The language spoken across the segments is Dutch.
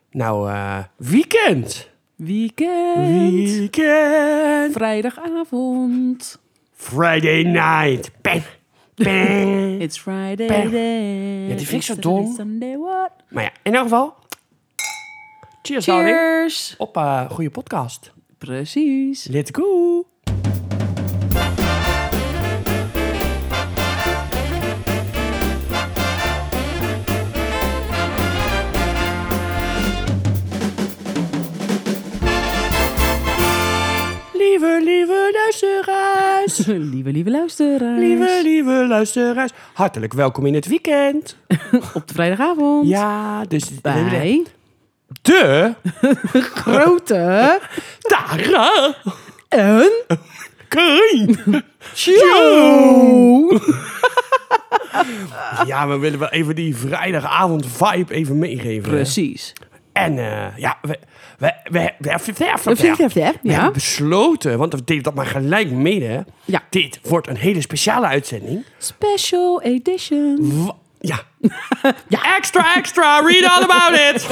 Nou, weekend. Weekend. Vrijdagavond. Friday night. Bang. Bang. It's Friday Bang. day. Ja, die vind ik zo Saturday, dom. Sunday, what? Maar ja, in elk geval. Cheers, darling. Cheers. Op goede podcast. Precies. Let's go. Lieve luisteraars. Lieve luisteraars. Lieve luisteraars. Hartelijk welkom in het weekend. Op de vrijdagavond. Ja, dus... Bij De... grote Tara. en Karin. show. Ja, we willen wel even die vrijdagavond vibe even meegeven. Precies. En ja, we Ja. hebben besloten, want we deden dat maar gelijk mede. Ja. Dit wordt een hele speciale uitzending. Special edition. Ja. Extra, read all about it.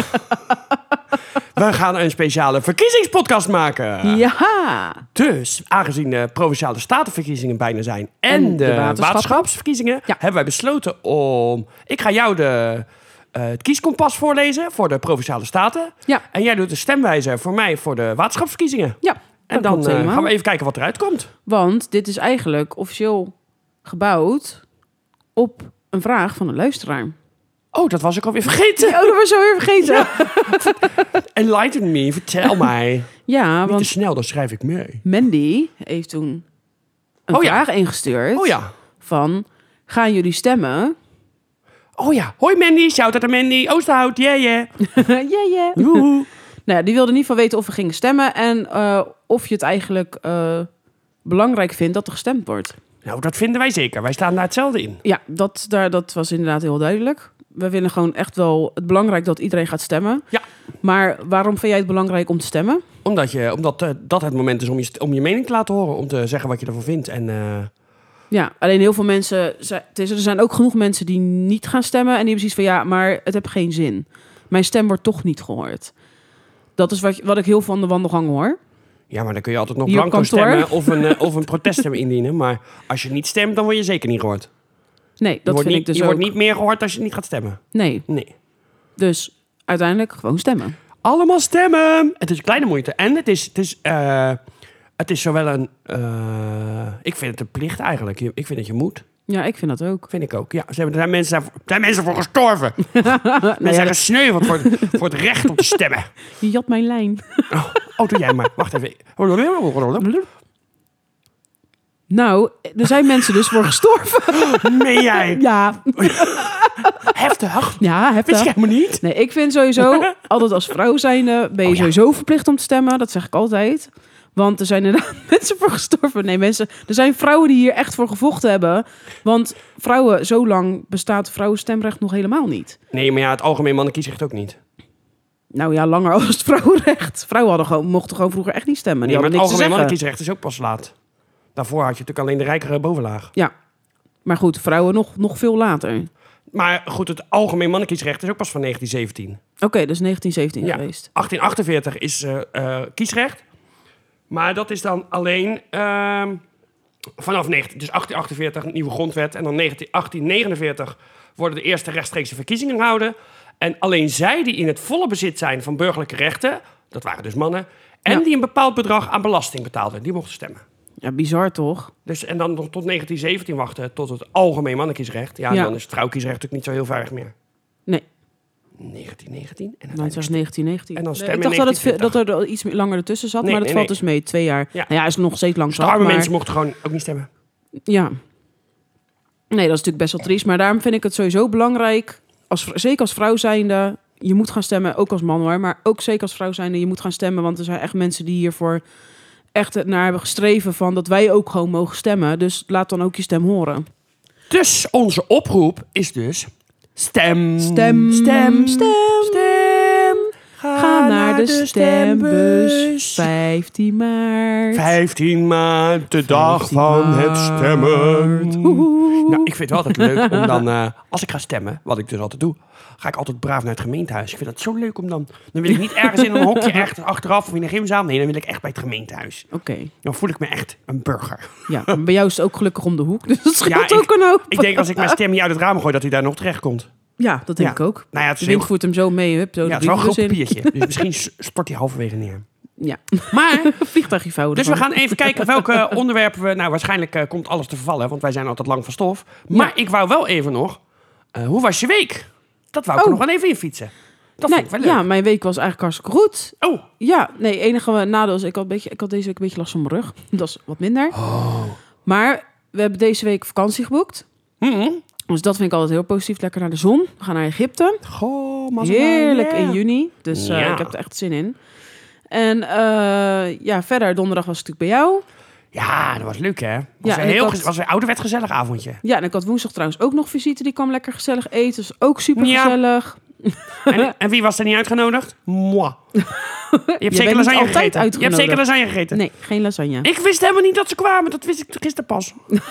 We gaan een speciale verkiezingspodcast maken. Ja. Dus, aangezien de Provinciale Statenverkiezingen bijna zijn en de waterschapsverkiezingen, hebben wij besloten om... Ik ga jou het kieskompas voorlezen voor de Provinciale Staten. Ja. En jij doet de stemwijzer voor mij voor de waterschapsverkiezingen. Ja. En dan gaan we even kijken wat eruit komt. Want dit is eigenlijk officieel gebouwd op een vraag van een luisteraar. Oh, dat was ik alweer vergeten. Oh, dat was zo weer vergeten. Enlighten me, vertel mij. Ja, Niet te want snel, dan schrijf ik mee. Mandy heeft toen een vraag ingestuurd. Oh ja. Van, gaan jullie stemmen? Oh ja. Hoi Mandy, shout-out aan Mandy. Oosterhout, yeah. Ja. Woehoe. Nou, die wilde in ieder geval weten of we gingen stemmen. En of je het eigenlijk belangrijk vindt dat er gestemd wordt. Nou, dat vinden wij zeker. Wij staan daar hetzelfde in. Ja, dat was inderdaad heel duidelijk. We vinden gewoon echt wel het belangrijk dat iedereen gaat stemmen. Ja. Maar waarom vind jij het belangrijk om te stemmen? Omdat dat het moment is om je mening te laten horen. Om te zeggen wat je ervan vindt. En Ja, alleen heel veel mensen... Er zijn ook genoeg mensen die niet gaan stemmen. En die hebben zoiets van, ja, maar het heeft geen zin. Mijn stem wordt toch niet gehoord. Dat is wat ik heel van de wandelgang hoor. ja, maar dan kun je altijd nog Hier op blanco kantoor. stemmen of een proteststem indienen. Maar als je niet stemt, dan word je zeker niet gehoord. Nee, dat vind ik dus je ook. wordt niet meer gehoord als je niet gaat stemmen. Nee, Nee. dus uiteindelijk gewoon stemmen. Allemaal stemmen! Het is een kleine moeite. En het is zowel een... ik vind het een plicht eigenlijk. Ik vind dat je moet. Ja, ik vind dat ook. Vind ik ook. Ja, er zijn mensen voor gestorven. Mensen zijn gesneuveld voor het recht om te stemmen. Je jat mijn lijn. Oh, doe jij maar. Wacht even. Nou, er zijn mensen dus voor gestorven. Meen jij? Ja, Heftig. ja, Wist heftig. ik helemaal niet. Nee, ik vind sowieso, altijd als vrouw zijnde, ben je Oh ja. sowieso verplicht om te stemmen. Dat zeg ik altijd. Want er zijn inderdaad mensen voor gestorven. Nee, er zijn vrouwen die hier echt voor gevochten hebben. Want zo lang bestaat vrouwenstemrecht nog helemaal niet. Nee, maar ja, het algemeen mannenkiesrecht ook niet. Nou ja, langer als het vrouwenrecht. Vrouwen mochten gewoon vroeger echt niet stemmen. Die Nee, maar het hadden algemeen niks te zeggen. mannenkiesrecht is ook pas laat. Daarvoor had je natuurlijk alleen de rijkere bovenlaag. Ja, maar goed, vrouwen nog veel later. Maar goed, het algemeen mannenkiesrecht is ook pas van 1917. Oké, dus 1917 Ja, geweest. 1848 is kiesrecht. Maar dat is dan alleen vanaf 1848 een nieuwe grondwet. En dan 1849 worden de eerste rechtstreekse verkiezingen gehouden. En alleen zij die in het volle bezit zijn van burgerlijke rechten, dat waren dus mannen, en Ja. die een bepaald bedrag aan belasting betaalden, die mochten stemmen. Ja, bizar toch? Dus, en dan nog tot 1917 wachten, tot het algemeen mannenkiesrecht. Ja, Ja. dan is het vrouwkiesrecht natuurlijk niet zo heel ver weg meer. Nee, 1919 en nou, het was 1919. En dan Nee, stemmen ik dacht in dat er iets langer ertussen zat, Nee, maar dat nee, valt dus mee. 2 jaar. Ja. Nou ja, is nog steeds lang Dus zat, de arme maar... mensen mochten gewoon ook niet stemmen. Ja. Nee, dat is natuurlijk best wel triest. Maar daarom vind ik het sowieso belangrijk, zeker als vrouw zijnde, je moet gaan stemmen, ook als man hoor, maar ook zeker als vrouw zijnde, je moet gaan stemmen, want er zijn echt mensen die hiervoor echt naar hebben gestreven van dat wij ook gewoon mogen stemmen. Dus laat dan ook je stem horen. Dus onze oproep is dus... Stem. Stem. Stem. Stem. Stem. Ga naar naar de stembus. 15 maart. 15 maart, de dag 15 van het maart. stemmen. Woehoe. Nou, ik vind het wel altijd leuk om dan, als ik ga stemmen, wat ik dus altijd doe, ga ik altijd braaf naar het gemeentehuis. Ik vind dat zo leuk om dan wil ik niet ergens in een hokje echt achteraf of in een gymzaal. Nee, dan wil ik echt bij het gemeentehuis. Oké. Dan voel ik me echt een burger. Ja, maar bij jou is het ook gelukkig om de hoek. Dus dat scheelt Ja, ook een hoop. Ik denk als ik mijn stem hier uit het raam gooi, dat hij daar nog terecht komt. Ja, dat denk Ja. ik ook. Nou ja, het De is, wind heel, voert hem zo mee. Hup, zo ja, de het is wel een groot brievenbus in. papiertje. Dus misschien stort hij halverwege neer. Ja, Maar, vliegtuigje vouwen. dus we ervan. gaan even kijken welke onderwerpen we... Nou, waarschijnlijk komt alles te vervallen, want wij zijn altijd lang van stof. Maar ik wou wel even nog... hoe was je week? Dat wou ik er nog wel even in fietsen. Dat Nee, vond ik wel leuk. ja, mijn week was eigenlijk hartstikke goed. Oh, Ja, nee, enige nadeel is, ik had deze week een beetje last van mijn rug. Dat is wat minder. Maar we hebben deze week vakantie geboekt. Dus dat vind ik altijd heel positief. Lekker naar de zon. We gaan naar Egypte. goh, Heerlijk in juni. Dus Ja. ik heb er echt zin in. En ja, verder donderdag was ik natuurlijk bij jou. Ja, dat was leuk, hè? Was, Ja, een en ik had- was een ouderwets gezellig avondje. Ja, en ik had woensdag trouwens ook nog visite. Die kwam lekker gezellig eten. Dus ook super gezellig. En wie was er niet uitgenodigd? Moi. Je hebt bent zeker niet lasagne altijd gegeten. Je hebt uitgenodigd. zeker lasagne gegeten. Nee, geen lasagne. Ik wist helemaal niet dat ze kwamen. Dat wist ik gisteren pas.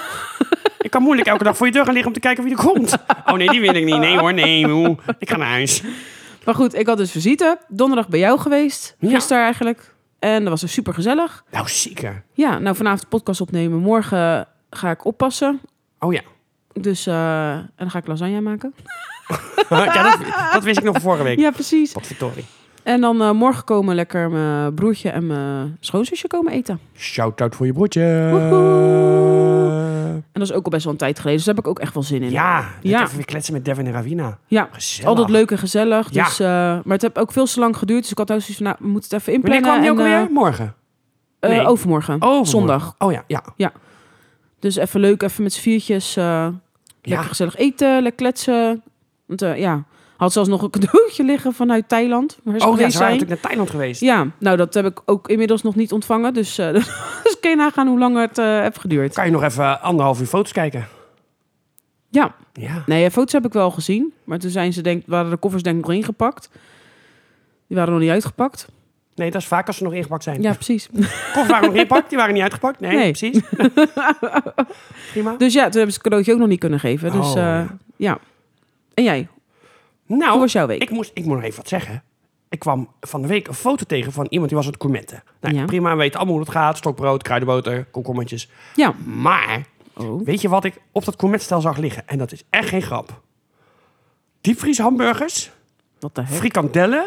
Ik kan moeilijk elke dag voor je deur gaan liggen om te kijken wie er komt. Oh nee, die wil ik niet. Nee hoor, nee. Moe. Ik ga naar huis. Maar goed, ik had dus visite. Donderdag bij jou geweest. Ja. Gisteren eigenlijk. En dat was dus super gezellig. Nou, zeker. Ja, nou vanavond de podcast opnemen. Morgen ga ik oppassen. Oh ja. Dus, en dan ga ik lasagne maken. Ja, dat wist ik nog vorige week. Ja, precies. Potverdorie. En dan morgen komen lekker mijn broertje en mijn schoonzusje komen eten. Shout-out voor je broertje. En dat is ook al best wel een tijd geleden. Dus daar heb ik ook echt wel zin in. Ja, Ja. even weer kletsen met Devin en Ravina. Ja, Gezellig. altijd leuk en gezellig. Ja. Dus, maar het heeft ook veel te lang geduurd. Dus ik had ook zoiets van, nou, we moeten het even Wanneer inplannen. kwam die ook en, alweer? Morgen? Nee. Overmorgen. Zondag. Oh ja, ja. Dus even leuk, even met z'n viertjes. Lekker gezellig eten, lekker kletsen. Want ja, had zelfs nog een cadeautje liggen vanuit Thailand. Waar ze Oh ja, geweest ze waren zijn. natuurlijk naar Thailand geweest. Ja, nou dat heb ik ook inmiddels nog niet ontvangen. Dus, dus kun je nagaan hoe lang het heeft geduurd. Kan je nog even 1,5 uur foto's kijken? Ja, Ja. nee, foto's heb ik wel gezien. Maar toen zijn ze waren de koffers denk ik nog ingepakt. Die waren nog niet uitgepakt. Nee, dat is vaak als ze nog ingepakt zijn. Ja, precies. Koffers waren nog ingepakt, die waren niet uitgepakt. Nee, Nee. precies. Prima. Dus ja, toen hebben ze het cadeautje ook nog niet kunnen geven. Dus Oh, ja. ja. En jij? Hoe Nou, was jouw week? ik moet nog even wat zeggen. Ik kwam van de week een foto tegen van iemand die was aan het gourmetten. Nou, Ja. prima, we weten allemaal hoe het gaat. Stokbrood, kruidenboter, komkommertjes. Ja. Maar, Oh. weet je wat ik op dat gourmetstel zag liggen? En dat is echt geen grap. Diepvrieshamburgers, Wat de heck? frikandellen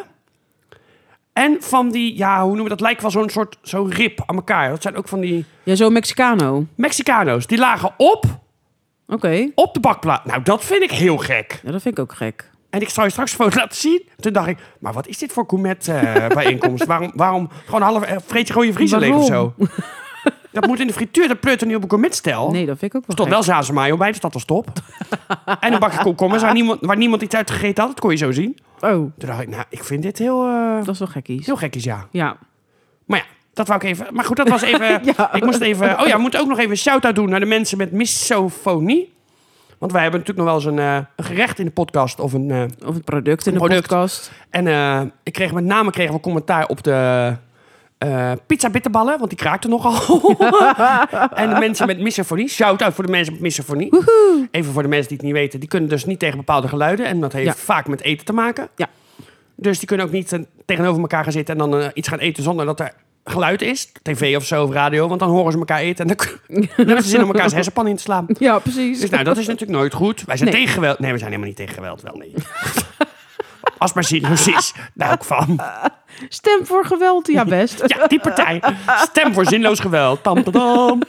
en van die, ja, hoe noemen we dat? Lijkt wel zo'n rib aan elkaar. Dat zijn ook van die Ja, zo'n Mexicano. Mexicano's. Die lagen Oké. op de bakplaat. Nou, dat vind ik heel gek. Ja, dat vind ik ook gek. En ik zal je straks een foto laten zien. Toen dacht ik, maar wat is dit voor gourmet bijeenkomst? Waarom gewoon vreet je gewoon je vriezer leeg of zo? Dat moet in de frituur, dat pleurt er niet op een gourmetstel. Nee, dat vind ik ook Er wel stond gek. wel zazen mayo bij, dus dat was top. En een bakje komkommers waar niemand iets uit gegeten had. Dat kon je zo zien. Oh, Toen dacht ik, nou, ik vind dit heel dat is wel gekkies. gekkies, ja. Ja. Maar ja, dat wou ik even... Maar goed, dat was even... Ja. Ik moest even... Oh ja, we moeten ook nog even een shout-out doen naar de mensen met misofonie. Want wij hebben natuurlijk nog wel eens een gerecht in de podcast of een... Of het product in de Product. podcast. En ik kreeg met name commentaar op de pizza bitterballen, want die kraakten nogal. En de mensen met misofonie. Shout-out voor de mensen met misofonie. Even voor de mensen die het niet weten. Die kunnen dus niet tegen bepaalde geluiden. En dat heeft Ja. vaak met eten te maken. Ja. Dus die kunnen ook niet tegenover elkaar gaan zitten en dan iets gaan eten zonder dat er geluid is. TV of zo of radio, want dan horen ze elkaar eten. En dan hebben ze zin om elkaars hersenpan in te slaan. Ja, precies. Dus nou, dat is natuurlijk nooit goed. Wij zijn Nee. tegen geweld. Nee, we zijn helemaal niet tegen geweld. Wel, nee. Als maar zinloos is, daar ook van. Stem voor geweld, ja best. Ja, die partij. Stem voor zinloos geweld. Tam, tam, tam.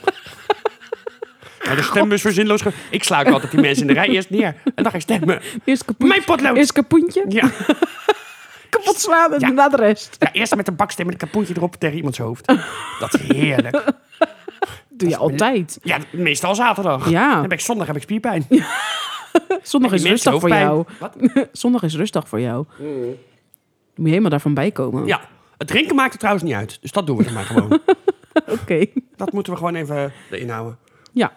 Ja, de stembus voor zinloos geweld. Ik sla ook altijd die mensen in de rij eerst neer. En dan ga ik stemmen. Eerst kapot. Mijn potlood. Eerst kapoentje. Ja. Kapot slaan en Ja. daarna de rest. Ja, eerst met een baksteen met een kapoentje erop tegen iemands hoofd. Dat is heerlijk. Doe je altijd. Ja, meestal zaterdag. Ja. Dan heb ik zondag spierpijn. Zondag is Die rustdag mensen voor jou. hoofdpijn. Wat? Zondag is rustdag voor jou. Dan moet je helemaal daarvan bijkomen. Ja. Het drinken maakt er trouwens niet uit. Dus dat doen we dan maar gewoon. Oké. Dat moeten we gewoon even erin houden. Ja.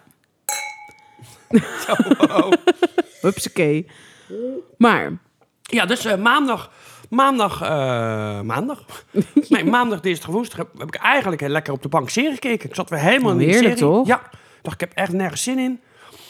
Zo, oh. Hupsakee. Maar, Ja, dus Maandag. Nee, maandag, dinsdag, woensdag heb ik eigenlijk heel lekker op de bank serie gekeken. Ik zat weer helemaal in die Heerlijk, serie. toch? Ja, ik dacht, ik heb echt nergens zin in.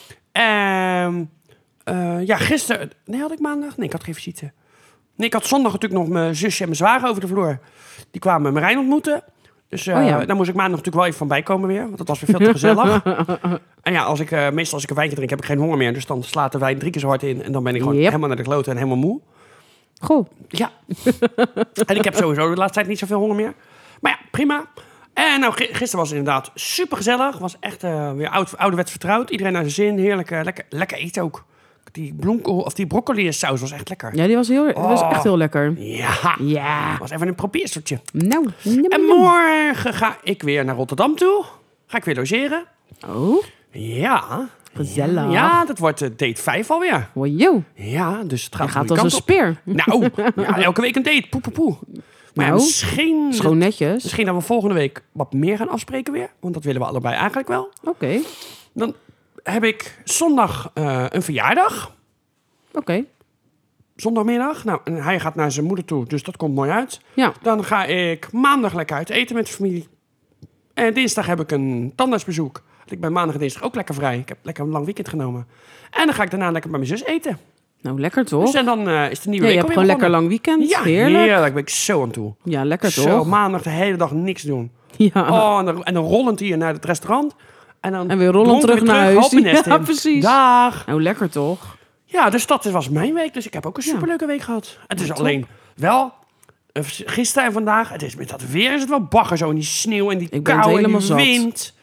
Gisteren... Nee, had ik maandag? Nee, ik had geen visite. Nee, ik had zondag natuurlijk nog mijn zusje en mijn zwager over de vloer. Die kwamen Marijn ontmoeten. Dus daar moest ik maandag natuurlijk wel even van bijkomen weer. Want dat was weer veel te gezellig. En ja, meestal als ik een wijntje drink, heb ik geen honger meer. Dus dan slaat de wijn 3 keer zo hard in. En dan ben ik gewoon helemaal naar de kloten en helemaal moe. Goh. Ja. En ik heb sowieso de laatste tijd niet zoveel honger meer. Maar ja, prima. En nou, gisteren was het inderdaad super gezellig. Was echt weer ouderwets vertrouwd. Iedereen naar zijn zin. Heerlijk. Lekker eten ook. Die broccoli saus was echt lekker. Ja, die was echt heel lekker. Ja. Was even een probeerstertje. Nou. En morgen ga ik weer naar Rotterdam toe. Ga ik weer logeren. Oh. Ja. Gezellig. Ja, dat wordt date 5 alweer. Wow. Ja, dus het gaat, Je gaat als een speer. Nou, ja, elke week een date. Poe. Maar ja, misschien... Is gewoon netjes. Misschien dat we volgende week wat meer gaan afspreken weer. Want dat willen we allebei eigenlijk wel. Oké. Dan heb ik zondag een verjaardag. Oké. Zondagmiddag. Nou, en hij gaat naar zijn moeder toe, dus dat komt mooi uit. Ja. Dan ga ik maandag lekker uit eten met de familie. En dinsdag heb ik een tandartsbezoek. Ik ben maandag en dinsdag ook lekker vrij. Ik heb lekker een lang weekend genomen. En dan ga ik daarna lekker bij mijn zus eten. Nou, lekker toch? Dus en dan is de nieuwe Ja, week je hebt gewoon lekker lang weekend. Ja, heerlijk. Ben ik zo aan toe. Ja, lekker toch? Zo, maandag de hele dag niks doen. Ja. Oh, en dan rollend hier naar het restaurant. En weer rollend terug naar huis. Hoop in nest Ja, in. precies. Dag. Nou, lekker toch? Ja, dus dat was mijn week. Dus ik heb ook een superleuke week gehad. Het is alleen wel... Gisteren en vandaag, met dat weer is het wel bagger zo. En die sneeuw en die kou en die wind.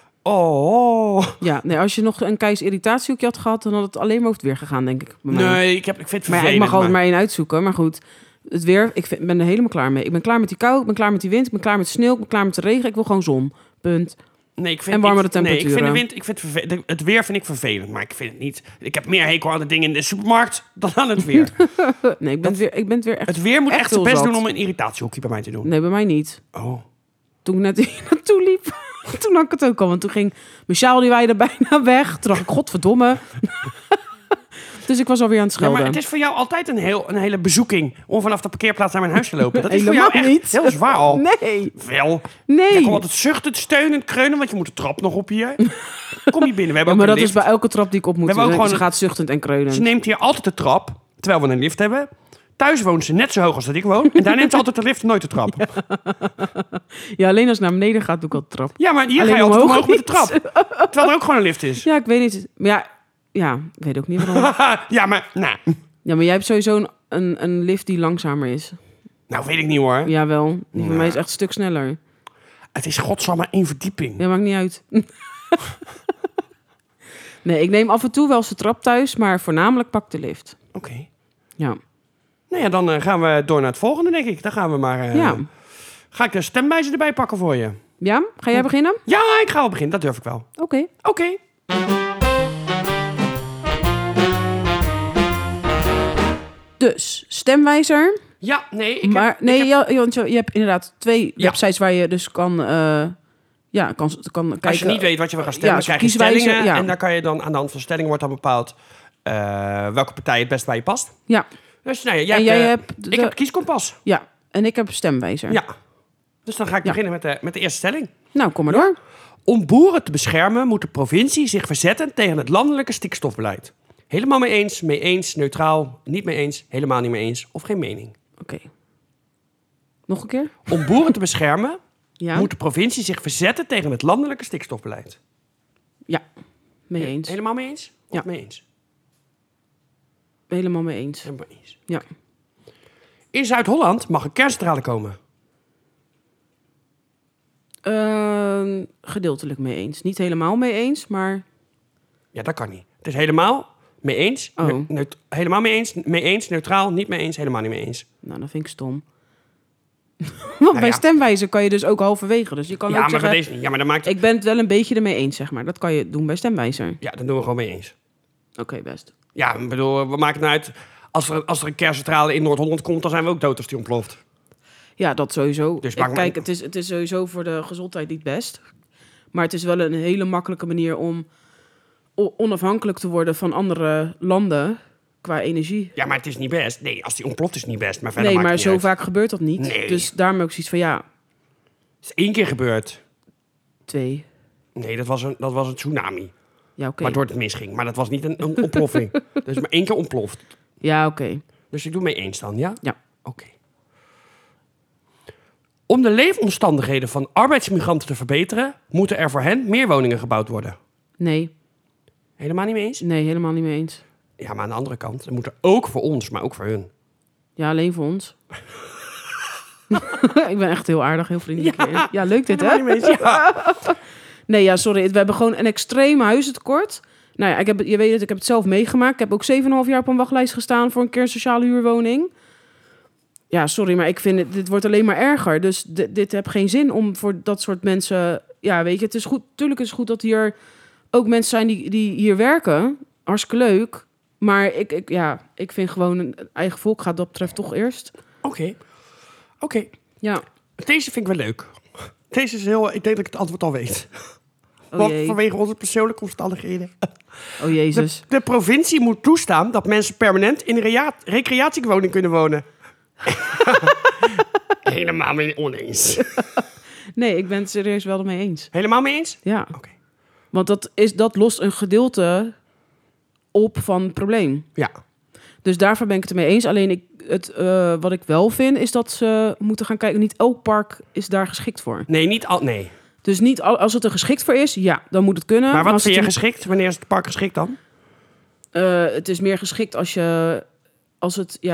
Oh. Ja, nee, als je nog een irritatiehoekje had gehad, dan had het alleen maar over het weer gegaan, denk ik. Bij mij. Nee, ik vind het vervelend. Maar ik mag altijd maar één uitzoeken. Maar goed, het weer, ben er helemaal klaar mee. Ik ben klaar met die kou, ik ben klaar met die wind, ik ben klaar met de sneeuw, ik ben klaar met de regen. Ik wil gewoon zon. Punt. Nee, en warmere temperaturen. Nee, ik vind het weer vind ik vervelend, maar ik vind het niet... Ik heb meer hekel aan de dingen in de supermarkt dan aan het weer. Nee, ik ben het weer echt... Het weer moet echt zijn best zat doen om een irritatiehoekje bij mij te doen. Nee, bij mij niet. Oh. Toen ik net hier naartoe liep, toen had ik het ook al. Want toen ging mijn sjaal die waaide bijna weg. Toen dacht ik, godverdomme. Dus ik was alweer aan het schelden. Ja, maar het is voor jou altijd een hele bezoeking om vanaf de parkeerplaats naar mijn huis te lopen. Dat is Helemaal voor jou echt niet. heel zwaar al. Nee. Wel. Nee. Je komt altijd zuchtend, steunend, kreunen, want je moet de trap nog op hier. Kom je binnen. We hebben Ja, ook maar dat een lift. is bij elke trap die ik op moet. We hebben ook Ze gaat zuchtend en kreunend. Ze neemt hier altijd de trap, terwijl we een lift hebben. Thuis woont ze net zo hoog als dat ik woon. En daar neemt ze altijd de lift, nooit de trap. Ja, alleen als het naar beneden gaat, doe ik altijd de trap. Ja, maar hier alleen ga je altijd omhoog met de niet. trap. Terwijl er ook gewoon een lift is. Ja, ik weet niet. Maar ja, ik weet ook niet waarom. Ja, maar nou. Ja, maar jij hebt sowieso een lift die langzamer is. Nou, weet ik niet hoor. Jawel, die van mij is echt een stuk sneller. Het is godsamme 1 verdieping. Ja, maakt niet uit. Nee, ik neem af en toe wel eens de trap thuis, maar voornamelijk pak de lift. Oké. Ja. Nou ja, dan gaan we door naar het volgende, denk ik. Dan gaan we maar... Ja. Ga ik de stemwijzer erbij pakken voor je? Ja? Ga jij beginnen? Ja, ik ga al beginnen. Dat durf ik wel. Oké. Oké. Dus, stemwijzer. Ja, nee. Want je hebt inderdaad 2 websites waar je dus kan kijken. Als je niet weet wat je wil gaan stemmen, krijg je stellingen. En daar kan je dan aan de hand van stellingen wordt dan bepaald welke partij het best bij je past. Ja. Dus nou ja, jij ik heb kieskompas. Ja, en ik heb stemwijzer. Ja. Dus dan ga ik beginnen met de eerste stelling. Nou, kom maar door. Om boeren te beschermen moet de provincie zich verzetten tegen het landelijke stikstofbeleid. Helemaal mee eens, neutraal, niet mee eens, helemaal niet mee eens of geen mening. Oké. Nog een keer? Om boeren te beschermen Ja. moet de provincie zich verzetten tegen het landelijke stikstofbeleid. Ja, mee eens. Helemaal mee eens? Of Ja. mee eens? Helemaal mee eens. Helemaal mee eens. Ja. In Zuid-Holland mag een kerncentrale komen. Gedeeltelijk mee eens. Niet helemaal mee eens, maar... Ja, dat kan niet. Het is helemaal mee eens, Oh. helemaal mee eens, neutraal, niet mee eens, helemaal niet mee eens. Nou, dat vind ik stom. Want bij stemwijzer kan je dus ook halverwege. Dus je kan ook Ja, maar zeggen... bij deze niet. Ja, maar dan maakt... Ik ben het wel een beetje ermee eens, zeg maar. Dat kan je doen bij stemwijzer. Ja, dan doen we gewoon mee eens. Oké, best. Ja, ik bedoel, we maken het uit... Als er een kerncentrale in Noord-Holland komt, dan zijn we ook dood als die ontploft. Ja, dat sowieso. Dus Kijk, het is sowieso voor de gezondheid niet best. Maar het is wel een hele makkelijke manier om onafhankelijk te worden van andere landen. qua energie. Ja, maar het is niet best. Nee, als die ontploft is het niet best. Maar verder Nee, maakt maar het niet zo uit. vaak gebeurt dat niet. Nee. Dus daarom ook zoiets van, ja, Het is 1 keer gebeurd. 2. Nee, dat was een tsunami. Ja, oké. Waardoor het misging. Maar dat was niet een ontploffing. Dat is maar 1 keer ontploft. Ja, oké. Dus ik doe mee eens dan, ja? Ja. Oké. Om de leefomstandigheden van arbeidsmigranten te verbeteren, moeten er voor hen meer woningen gebouwd worden. Nee. Helemaal niet mee eens? Nee, helemaal niet mee eens. Ja, maar aan de andere kant, er moeten ook voor ons, maar ook voor hun. Ja, alleen voor ons. Ik ben echt heel aardig, heel vriendelijk. Ja, leuk dit, hè? Helemaal niet mee eens, ja. Nee, ja, sorry. We hebben gewoon een extreem huizentekort. Nou ja, je weet het, ik heb het zelf meegemaakt. Ik heb ook 7,5 jaar op een wachtlijst gestaan voor een keer een sociale huurwoning. Ja, sorry, maar ik vind dit wordt alleen maar erger. Dus dit heb geen zin om voor dat soort mensen... Ja, weet je, het is goed. Tuurlijk is het goed dat hier ook mensen zijn die hier werken. Hartstikke leuk. Maar ik vind gewoon een eigen volk gaat dat betreft toch eerst. Oké. Ja. Deze vind ik wel leuk. Deze is heel... Ik denk dat ik het antwoord al weet. Oh Want jee. vanwege onze persoonlijke omstandigheden. Oh jezus. De provincie moet toestaan dat mensen permanent in een recreatiewoning kunnen wonen. Helemaal mee oneens. Nee, ik ben het serieus wel ermee eens. Helemaal mee eens? Ja. Oké. Want dat lost een gedeelte op van het probleem. Ja. Dus daarvoor ben ik het ermee eens. Alleen wat ik wel vind, is dat ze moeten gaan kijken. Niet elk park is daar geschikt voor. Nee, niet al... Nee. Dus niet als het er geschikt voor is, ja, dan moet het kunnen. Maar wat als vind je het geschikt? Wanneer is het park geschikt dan? het is meer geschikt als